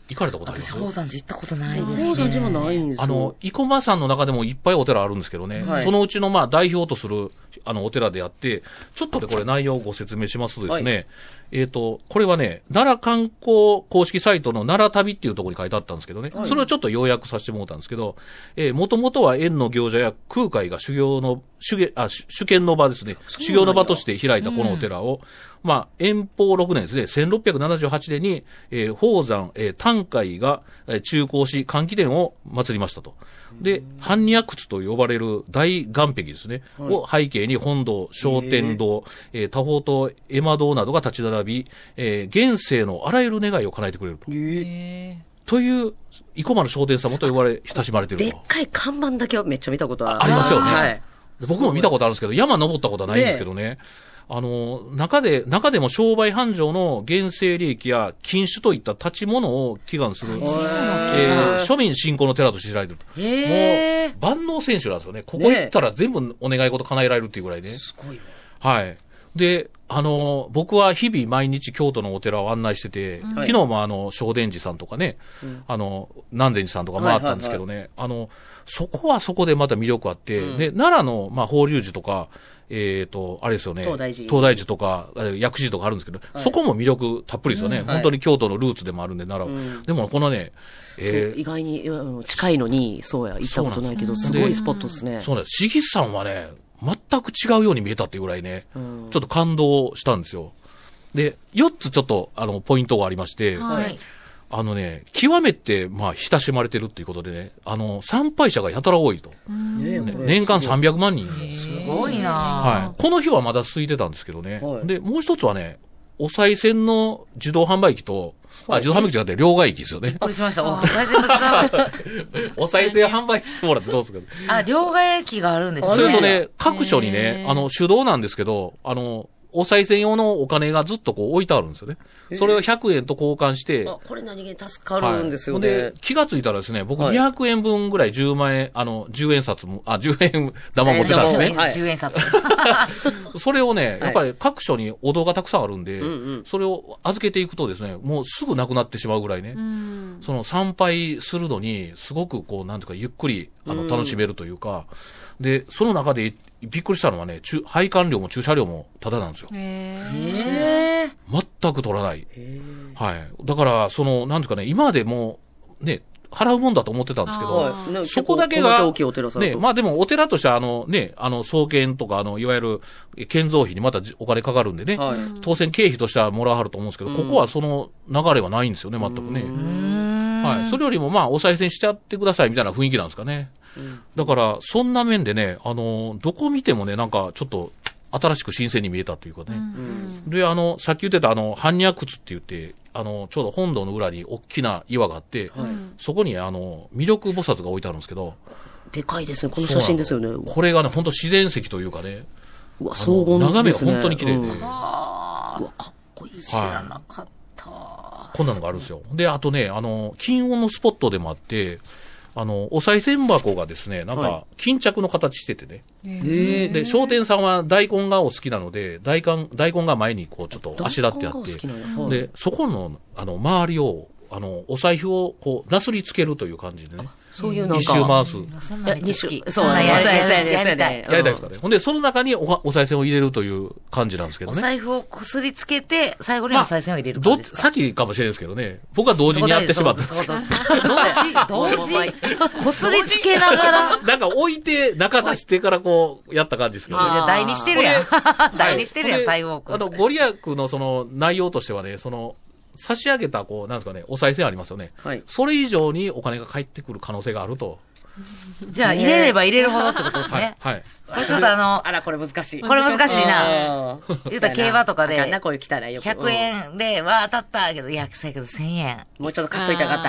Speaker 5: 行かれたことあります？
Speaker 1: 私、宝山寺行ったことないですね。
Speaker 3: 宝山寺もないんですよ。
Speaker 5: あの、生駒山の中でもいっぱいお寺あるんですけどね、はい、そのうちのまあ代表とするあのお寺であって、ちょっとでこれ内容をご説明しますとですね、はい、えっと、これはね、奈良観光公式サイトの奈良旅っていうところに書いてあったんですけどね、はい、それをちょっと要約させてもらったんですけど、えー、もともとは縁の行者や空海が修行の、修験、あ、修験の場ですね、修行の場として開いたこのお寺を、うん、まあ、延宝ろくねんですね、せんろっぴゃくななじゅうはちねんに、えー、宝山、えー、丹海が、えー、中興し、換気殿を祀りましたと。で、般若窟と呼ばれる大岩壁ですね、はい、を背景に本堂、昇天堂、えー、多宝塔、絵馬堂などが立ち並び、えー、現世のあらゆる願いを叶えてくれると。へーという、生駒の昇天様と呼ばれ、親しまれていると。
Speaker 3: でっかい看板だけはめっちゃ見たことは
Speaker 5: ありますよね。はい。僕も見たことあるんですけど、山登ったことはないんですけどね。あの、中で、中でも商売繁盛の現世利益や禁酒といった立ち物を祈願する、えー、庶民信仰の寺として知られていると。へー。もう、万能選手なんですよね。ここ行ったら全部お願い事叶えられるっていうぐらいね。すごい。はい。で、あの、僕は日々毎日京都のお寺を案内してて、うん、昨日もあの、正伝寺さんとかね、うん、あの、南禅寺さんとか回ったんですけどね、はいはいはい、あの、そこはそこでまた魅力あって、うん、で、奈良の、まあ、法隆寺とか、えっ、ー、と、あれですよね。東大寺。東大寺とか、薬師寺とかあるんですけど、はい、そこも魅力たっぷりですよね、うん。本当に京都のルーツでもあるんで、奈良は。うん、でも、このね、
Speaker 3: えー、意外に近いのに、そうや、行ったことないけど、すごいスポットですね。
Speaker 5: そうなんです。市議さんはね、全く違うように見えたっていうぐらいね、うん、ちょっと感動したんですよ。で、よっつちょっと、あの、ポイントがありまして、はい、あのね、極めて、まあ、親しまれてるっていうことでね、あの、参拝者がやたら多いと。ね、年間さんびゃくまんにん。
Speaker 1: すごいな
Speaker 5: はい。この日はまだ空いてたんですけどね。はい、で、もう一つはね、お賽銭の自動販売機と、あ、自動販売機じゃなくて両替機ですよね。びっ
Speaker 1: くりしました。お賽銭の自動販売
Speaker 5: 機。お賽銭販売してもらってどうですか？
Speaker 1: あ、両替機があるんですね。
Speaker 5: それとね、各所にね、あの、手動なんですけど、あの、お賽銭用のお金がずっとこう置いてあるんですよね。それをひゃくえんと交換して。
Speaker 3: あ、これ何気に助かるんですよね。
Speaker 5: はい、で、気がついたらですね、僕にひゃくえんぶんぐらいじゅうまんえん、あの、じゅうえん札も、あ、じゅうえん玉持ってたんですね。
Speaker 1: はい、じゅうえん札。
Speaker 5: それをね、やっぱり各所にお堂がたくさんあるんで、はい、それを預けていくとですね、もうすぐなくなってしまうぐらいね、その参拝するのに、すごくこう、なんていうか、ゆっくり、あの、楽しめるというか、で、その中で、びっくりしたのはね、配管料も駐車料もタダなんですよ。へー。全く取らない。はい。だから、その、なんていうかね、今までもう、ね、払うもんだと思ってたんですけど、そこだけが、ね、まあでもお寺としてはあのね、あの、創建とか、あの、いわゆる建造費にまたお金かかるんでね、はい、当然経費としてはもらわはると思うんですけど、ここはその流れはないんですよね、全くね。はい。それよりもまあ、お賽銭しちゃってくださいみたいな雰囲気なんですかね。だから、そんな面でね、あの、どこ見てもね、なんかちょっと、新しく新鮮に見えたというかね。うん、で、あの、さっき言ってたあの、般若窟って言って、あの、ちょうど本堂の裏に大きな岩があって、はい、そこにあの、弥勒菩薩が置いてあるんですけど。
Speaker 3: でかいですね、この写真ですよね。
Speaker 5: これがね、本当自然石というかね。
Speaker 3: うわ、荘厳ですね。
Speaker 5: 眺めが本当に綺麗で。うん、
Speaker 1: うわ、かっこいい。知らなかった、
Speaker 5: はい。こんなのがあるんですよ。で、あとね、あの、金運のスポットでもあって、あの、お賽銭箱がですね、なんか、巾着の形しててね。へで、商店さんは大根がお好きなので、大根、大根が前にこう、ちょっとあしらってあって、で、そこの、あの、周りを、あの、お財布をこう、なすりつけるという感じでね。
Speaker 3: そういうの
Speaker 5: 一周回す。
Speaker 1: そんなに好き。
Speaker 3: そうなんやりたい。
Speaker 1: やりたい。
Speaker 5: やりたいですかね。ほんで、その中にお、お賽銭を入れるという感じなんですけどね。
Speaker 1: お財布をこすりつけて、最後にお賽銭を入れる
Speaker 5: 感じですか。ど、先かもしれないですけどね。僕は同時にやってしまったんですけど。
Speaker 1: 同時、同時、こすりつけながら。
Speaker 5: なんか置いて、中出してからこう、やった感じですけどね。
Speaker 1: 台にしてるやん。台にしてるやん、最後。
Speaker 5: あの、ご利益のその、内容としてはね、その、差し上げた、こう、なんですかね、お賽銭ありますよね。はい。それ以上にお金が返ってくる可能性があると。
Speaker 1: じゃあ、入れれば入れるほどってことですね。
Speaker 5: はい。はい、
Speaker 1: これちょっとあの、
Speaker 3: あら、これ難しい。
Speaker 1: これ難しいな。言うたら競馬とかで、
Speaker 3: ひ
Speaker 1: ゃくえんで、わ、当たったけど、いや、そうやけどせんえん。
Speaker 3: もうちょっと買っといたかった。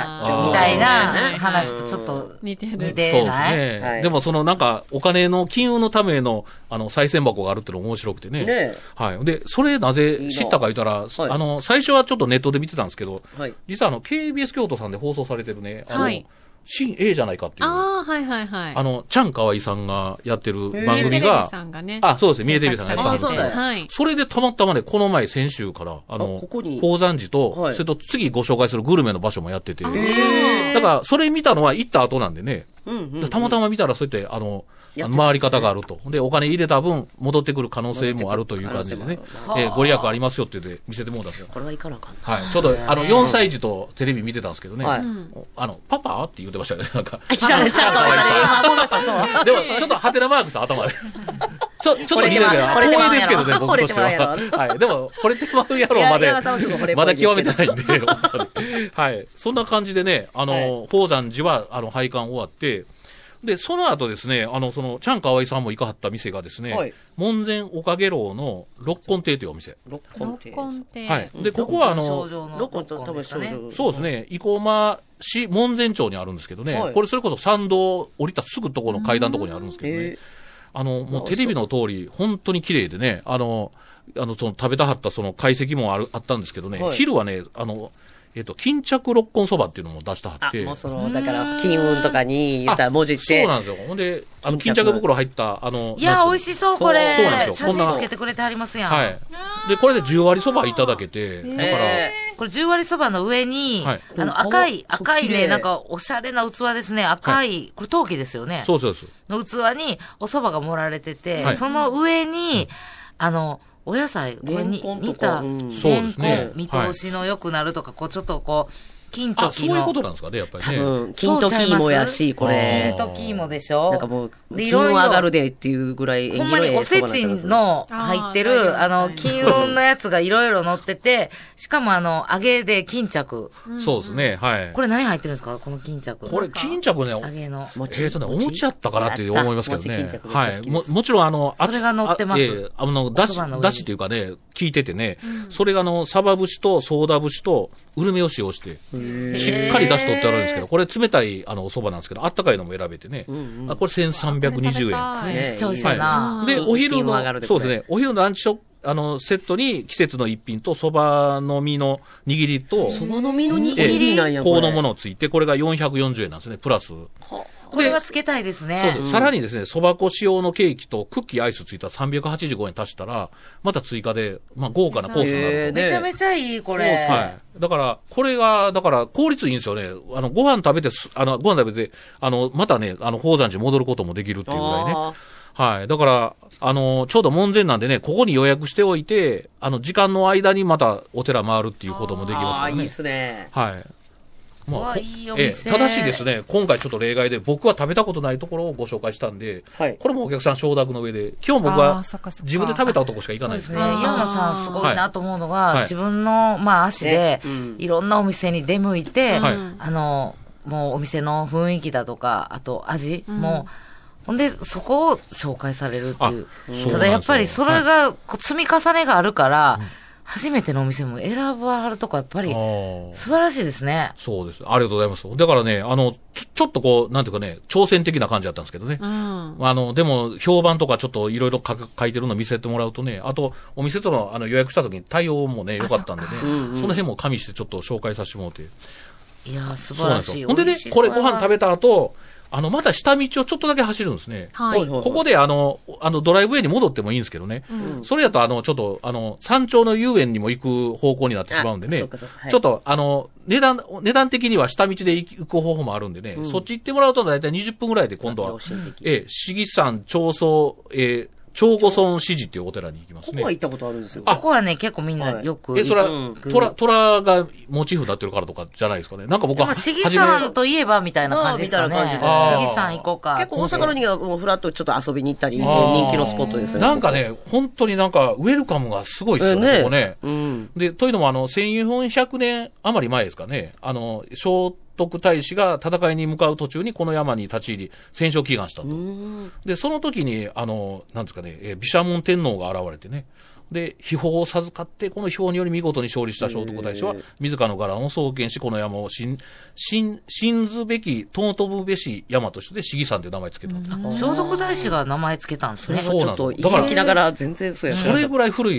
Speaker 1: みたいな話とちょっと似てる。似て
Speaker 5: そうですね。はい、でもそのなんか、お金の金運のための、あの、賽銭箱があるっていうの面白くてね。ねはい。で、それなぜ知ったか言ったら、いいあの、最初はちょっとネットで見てたんですけど、はい、実はあの、ケービーエス 京都さんで放送されてるね、あの、はい新 A じゃないかっていう。
Speaker 4: ああ、はいはいはい。
Speaker 5: あの、チャンカワイさんがやってる番組が、
Speaker 4: さんがね、
Speaker 5: あ、そうですね、三重テレビさんがやってるんですよ。
Speaker 3: あ、そうだ。
Speaker 4: はい。
Speaker 5: それでたまたまね、この前先週から、あの、
Speaker 3: ここに
Speaker 5: 宝山寺と、
Speaker 3: はい、
Speaker 5: それと次ご紹介するグルメの場所もやってて、
Speaker 4: へー
Speaker 5: だから、それ見たのは行った後なんでね、
Speaker 3: うんうんうん、
Speaker 5: たまたま見たらそうやって、あの、回り方があると。で、お金入れた分、戻ってくる可能性もあるという感じでね、えー、ご利益ありますよって言って見せてもらったんですよ。
Speaker 3: これはいかなかった。
Speaker 5: はい。ちょうど、あの、よんさい児とテレビ見てたんですけどね、はい、あの、パパって言ってましたよね、なんか。
Speaker 3: 知らない、ちゃんと
Speaker 5: さん。でも、ちょっとハテナマークさ、頭で。ちょ、ちょっと似てるけど、光栄ですけどね、僕としては。はい。でも、惚れてまうやろまで、まだ極めてないんで、はい。そんな感じでね、あの、宝山寺は、あの、拝観終わって、で、その後ですね、あの、その、チャンカワイさんも行かはった店がですね、はい、門前おかげ楼の六根亭というお店。
Speaker 3: 六根亭。
Speaker 4: 六根亭。
Speaker 5: はい。で、ここはあの、
Speaker 3: 六根と多分少女。
Speaker 5: そうですね、生駒市門前町にあるんですけどね、はい、これそれこそ参道降りたすぐところの階段のところにあるんですけどね、あの、もうテレビの通り、本当に綺麗でね、あの、あの、その食べたはったその懐石もある、あったんですけどね、はい、昼はね、あの、えっと、巾着六根そばっていうのも出したはって。
Speaker 3: あ、もうその、だから、金運とかに言ったら文字って。
Speaker 5: そうなんですよ。ほんで、あの、巾着袋入った、あの、
Speaker 1: いや、美味しそう、これ。
Speaker 5: そうなんですよ。
Speaker 1: 写真つけてくれてはりますやん。
Speaker 5: はい。で、これでじゅう割そばいただけて、だから、
Speaker 1: これじゅう割そばの上に、はい、あの、赤い、赤いね、なんか、おしゃれな器ですね。赤い、はい、これ陶器ですよね。
Speaker 5: そうそうです。
Speaker 1: の器に、お蕎麦が盛られてて、はい、その上に、あの、お野菜、これに、煮た、レンコン、見通しの良くなるとか、こう、ちょっとこう、金時の。
Speaker 5: あ、そういうことなんですかね、やっぱりね。
Speaker 3: うん。金時芋やし、これ。
Speaker 1: 金時芋でしょ。
Speaker 3: なんかもう、金運上がるでっていうぐらい、
Speaker 1: ほんまにおせちの入ってる、あの、金運のやつがいろいろ乗ってて、しかもあの、揚げで巾着。
Speaker 5: そうですね、はい。
Speaker 1: これ何入ってるんですか、この巾着。
Speaker 5: これ、巾着ね、
Speaker 1: 揚げの。
Speaker 5: えっとね、お餅やったかなって思いますけどね。はい。も、もちろんあの、
Speaker 1: それが乗ってます。え
Speaker 5: え、あの、だし、だしっていうかね、効いててね、それがあの、サバ節とソーダ節と、ウルメを使用して、しっかり出し取ってあるんですけど、これ冷たいあのお蕎麦なんですけど、あったかいのも選べてね。うんうん、あこれせんさんびゃくにじゅうえん。
Speaker 1: めっちゃ美味しいな、
Speaker 5: はい、で、お昼の、そうですね、お昼のランチショあの、セットに季節の一品と蕎麦の実の握りと、
Speaker 3: 蕎麦の実の握りなんや、
Speaker 5: こうのものをついて、これがよんひゃくよんじゅうえんなんですね、プラス。
Speaker 1: これはつけたいですね。
Speaker 5: そうです。さらにですね、蕎麦粉使用のケーキとクッキーアイスついたさんびゃくはちじゅうごえん足したら、また追加で、まあ豪華なコースになる。
Speaker 1: めちゃめちゃいい、これ。
Speaker 5: はい。だから、これが、だから効率いいんですよね。あの、ご飯食べて、あの、ご飯食べて、あの、またね、あの、宝山寺戻ることもできるっていうぐらいね。はい。だから、あの、ちょうど門前なんでね、ここに予約しておいて、あの、時間の間にまたお寺回るっていうこともできますからね。
Speaker 3: ああ、いいですね。
Speaker 5: はい。
Speaker 1: まあ、いいお店。
Speaker 5: ええ、ただしですね、今回ちょっと例外で、僕は食べたことないところをご紹介したんで、はい、これもお客さん承諾の上で、今日僕は自分で食べたとこしか行かないですね。
Speaker 1: そうですね。岩野さんすごいなと思うのが、はい、自分の、まあ、足で、いろんなお店に出向いて、はい、あの、もうお店の雰囲気だとか、あと味も、うん、ほんで、そこを紹介されるっていう。ただやっぱりそれが、こう積み重ねがあるから、うん、初めてのお店も選ばはるとこやっぱり素晴らしいですね。
Speaker 5: そうです。ありがとうございます。だからね、あの、ちょ、ちょっとこう、なんていうかね、挑戦的な感じだったんですけどね。うん、あの、でも、評判とかちょっといろいろ書いてるの見せてもらうとね、あと、お店とのあの予約した時に対応もね、良かったんでね、そ, うんうん、その辺も加味してちょっと紹介させてもらって。
Speaker 1: いやー、素晴らしい。
Speaker 5: ほんでね、これご飯食べた後、あの、また下道をちょっとだけ走るんですね。はい。ここで、あの、あの、ドライブウェイに戻ってもいいんですけどね。うん、それだと、あの、ちょっと、あの、山頂の遊園にも行く方向になってしまうんでね。そうかそうか、はい、ちょっと、あの、値段、値段的には下道で行く方法もあるんでね。うん、そっち行ってもらうと、だいたいにじゅっぷんぐらいで今度は、ええ、市議山、長宗、ええ、長後村市寺っていうお寺に行きますね。
Speaker 3: ここは行ったことあるんですよ。
Speaker 1: ここはね、結構みんなよく、はい。
Speaker 5: え、それは、うん、虎、虎がモチーフになってるからとかじゃないですかね。なんか僕は。
Speaker 1: 市議山といえばみたいな感じですかね。市議山行こうか。
Speaker 3: 結構大阪のにはもうフラッとちょっと遊びに行ったり、人気のスポットですね。
Speaker 5: なんかね、本当になんかウェルカムがすごいですよね、ねここね。うん。で、というのもあの、せんよんひゃくねん余り前ですかね。あの、聖徳太子が戦いに向かう途中にこの山に立ち入り、戦勝祈願したと。で、その時に、あの、なんですかね、えー、毘沙門天皇が現れてね。で、秘宝を授かって、この秘宝により見事に勝利した聖徳太子は、自らの伽藍を創建し、この山を信、信、信ずべき、尊ぶべし山として市議山という名前つけたんです。
Speaker 1: 聖徳太子が名前つけたんですね。
Speaker 5: そうなんです。
Speaker 3: だから、きながら全然そうや
Speaker 5: それぐらい古い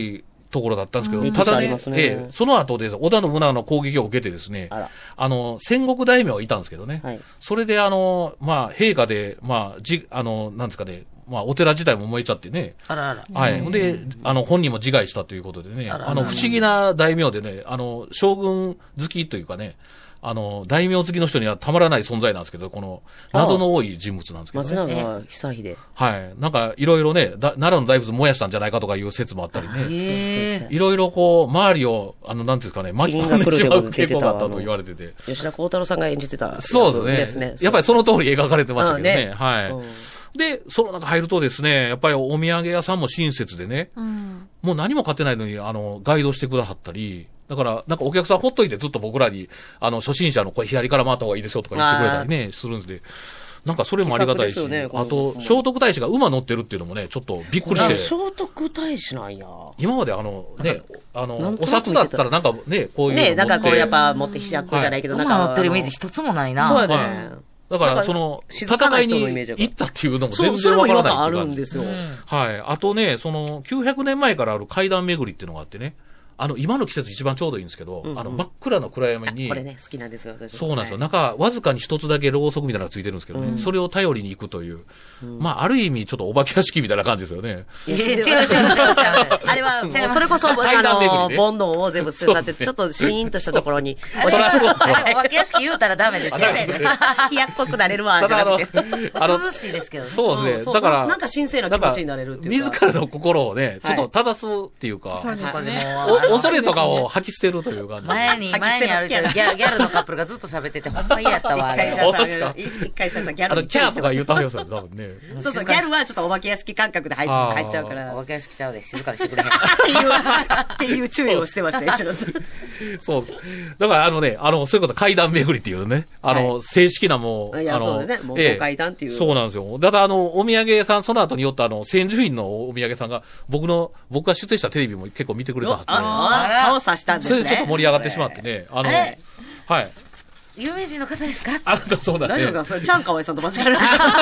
Speaker 5: ところだったんですけど、
Speaker 3: うん、
Speaker 5: ただね、
Speaker 3: ね
Speaker 5: ええ、その後で織田信長の攻撃を受けてですね、あ, あの、戦国大名はいたんですけどね、はい、それであの、まあ、陛下で、まあ、じ、あの、なんですかね、まあ、お寺自体も燃えちゃってね。
Speaker 1: あらあら。
Speaker 5: はい。で、あの、本人も自害したということでね、あ, らあの、不思議な大名でね、あの、将軍好きというかね、あの、大名好きの人にはたまらない存在なんですけど、この、謎の多い人物なんですけどね。
Speaker 3: 松永久秀。
Speaker 5: はい。なんか、いろいろね、だ奈良の大仏燃やしたんじゃないかとかいう説もあったりね。いろいろこう、周りを、あの、なんていうんですかね、巻き込んでしまう傾向があったと言われてて。
Speaker 3: 吉田鋼太郎さんが演じてた。
Speaker 5: そうですね。やっぱりその通り描かれてましたけどね。ねはい。うんで、その中入るとですね、やっぱりお土産屋さんも親切でね、うん、もう何も買ってないのに、あの、ガイドしてくださったり、だから、なんかお客さんほっといてずっと僕らに、あの、初心者のこれ左から回った方がいいですよとか言ってくれたりね、するんで、なんかそれもありがたいし、ね、あと、聖徳太子が馬乗ってるっていうのもね、ちょっとびっくりして。
Speaker 3: 聖徳太子なんや。
Speaker 5: 今まであの、ね、あの、お札だったらなんかね、こういう。
Speaker 3: ね、なんかこうやっぱ持ってきちゃうじゃないけど、
Speaker 1: はい、馬乗ってるイメージ一つもないな。
Speaker 3: そうやね。
Speaker 5: はいだから、その、戦いに行ったっていうのも全然わからないっていう感じ。
Speaker 3: それもあるんですよ。
Speaker 5: はい。あとね、その、きゅうひゃくねんまえからある階段巡りっていうのがあってね、あの、今の季節一番ちょうどいいんですけど、うんうん、あの、真っ暗な暗闇に。
Speaker 3: これね、好きなんですよ、私。
Speaker 5: そうなんですよ。なんか、わずかに一つだけろうそくみたいなのがついてるんですけどね、うん、それを頼りに行くという。うん、まあ、ある意味、ちょっとお化け屋敷みたいな感じですよね。
Speaker 1: いや、違う違う違う違う。
Speaker 3: あれは、それこそ、あの、煩悩を全部捨てたって、ちょっとシーンとしたところに。
Speaker 1: あれ、お化け屋敷言うたらダメですよね。
Speaker 3: 冷やっぽくなれるわ、じゃなくて。
Speaker 1: 涼しいですけどね。
Speaker 5: そうですね。だから、
Speaker 3: なんか神聖な気持ちになれるっていうか。
Speaker 5: 自らの心をね、ちょっと正すっていうか、
Speaker 4: そうですね。
Speaker 5: 恐れとかを吐き捨てるという感じ。
Speaker 1: 前に、前にあるけど、ギャギャルのカップルがずっと喋ってて、ほんま嫌やったわ、あれ。
Speaker 3: 一回社さん、ギャルに
Speaker 5: キャーとか言うたんですよ、多分ね。
Speaker 3: そうそう、ギャルはちょっとお化け屋敷感覚で入っちゃうから。
Speaker 1: お化け屋敷ちゃうで、静かにしてくれへん。
Speaker 3: っていう、っていう注意をしてました、石野さん。
Speaker 5: そう。だからあのね、あの、そういうこと階段巡りっていうね、あの、正式なもう、
Speaker 3: いや、そうね、もう階段っていう。
Speaker 5: そうなんですよ。だからあの、お土産屋さん、その後に寄ったあの、千住院のお土産さんが、僕の、僕が出演したテレビも結構見てくれたはずで。
Speaker 3: 顔さしたんですね。
Speaker 5: それでちょっと盛り上がってしまってね、あの、はい。
Speaker 1: 有名人の方ですか
Speaker 5: あなたそうだね。
Speaker 3: 大丈夫かそれ、ちゃんかわいさんと間違えない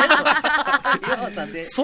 Speaker 5: そう、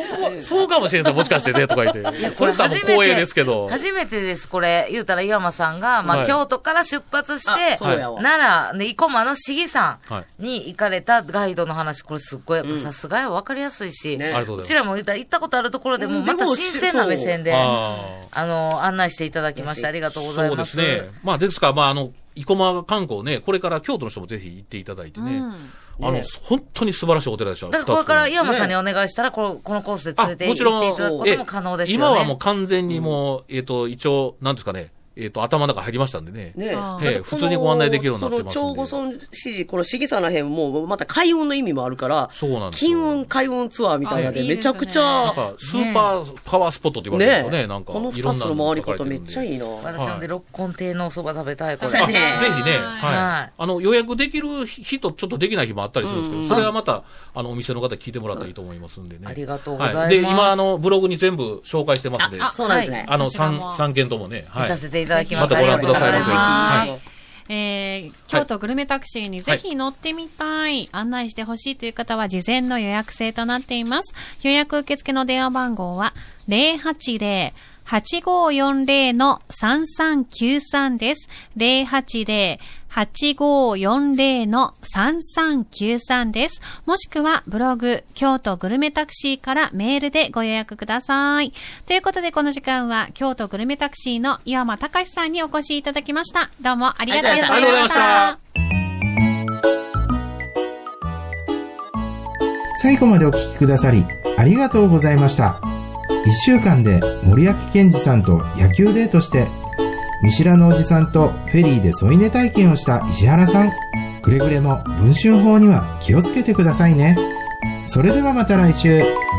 Speaker 5: そうかもしれんすよ、もしかしてね、とか言って。いや、これ多分光栄ですけど。
Speaker 1: 初めてです、これ。言うたら岩間さんが、まあ、はい、京都から出発して、奈良、で、生駒の市議さんに行かれたガイドの話、これすっごい、やっぱさすがやわかりやすいし、うんね、うちらも言ったら行ったことあるところでも、また新鮮な目線で、あの、案内していただきまして、ありがとうございます。
Speaker 5: そうですね。まあ、ですから、まあ、あの、生駒観光ね、これから京都の人もぜひ行っていただいてね。うん、あの、ね、本当に素晴らしいお寺でした。
Speaker 1: だからこれから岩間さんにお願いしたら、この、このコースで連れて行っていただくことも可能ですよね。
Speaker 5: 今はもう完全にもう、えっと、一応、なんですかね、えっ、ー、と、頭の中入りましたんでね。ねえー、普通にご案内できるようになってますんで。
Speaker 3: その、長後村市事、この市議さらへんも、また開運の意味もあるから、
Speaker 5: そうなんですよ。
Speaker 3: 金運、開運ツアーみたいなで、めちゃくちゃ、
Speaker 5: なんか、スーパーパワースポットって言われてるんですよね、なんか。
Speaker 3: この二つの回り方めっちゃいいな。
Speaker 1: 私なんで六根亭のお蕎麦食べたい、これ。
Speaker 5: ぜひね、はい。あの、予約できる日とちょっとできない日もあったりするんですけど、それはまた、あの、お店の方聞いてもらったらいいと思いますんでね。
Speaker 1: ありがとうございます。
Speaker 5: で、今、あの、ブログに全部紹介してますんで。
Speaker 3: あ、そうなんですね。
Speaker 5: あの、三、三件ともね。
Speaker 1: 見させていただきます。
Speaker 5: またご覧くださいませ。
Speaker 4: はい。えー、京都グルメタクシーにぜひ乗ってみたい、はい、案内してほしいという方は事前の予約制となっています。予約受付の電話番号は ゼロはちゼロ はちごよんゼロ のさんさんきゅうさん です。ゼロはちゼロ はちごよんゼロ のさんさんきゅうさん です。もしくはブログ京都グルメタクシーからメールでご予約ください。ということでこの時間は京都グルメタクシーの岩間隆さんにお越しいただきました。どうもありがとうございました。
Speaker 2: 最後までお聞きくださりありがとうございました。いっしゅうかんで森脇健児さんと野球デートして見知らぬおじさんとフェリーで添い寝体験をした石原さん。くれぐれも文春法には気をつけてくださいね。それではまた来週。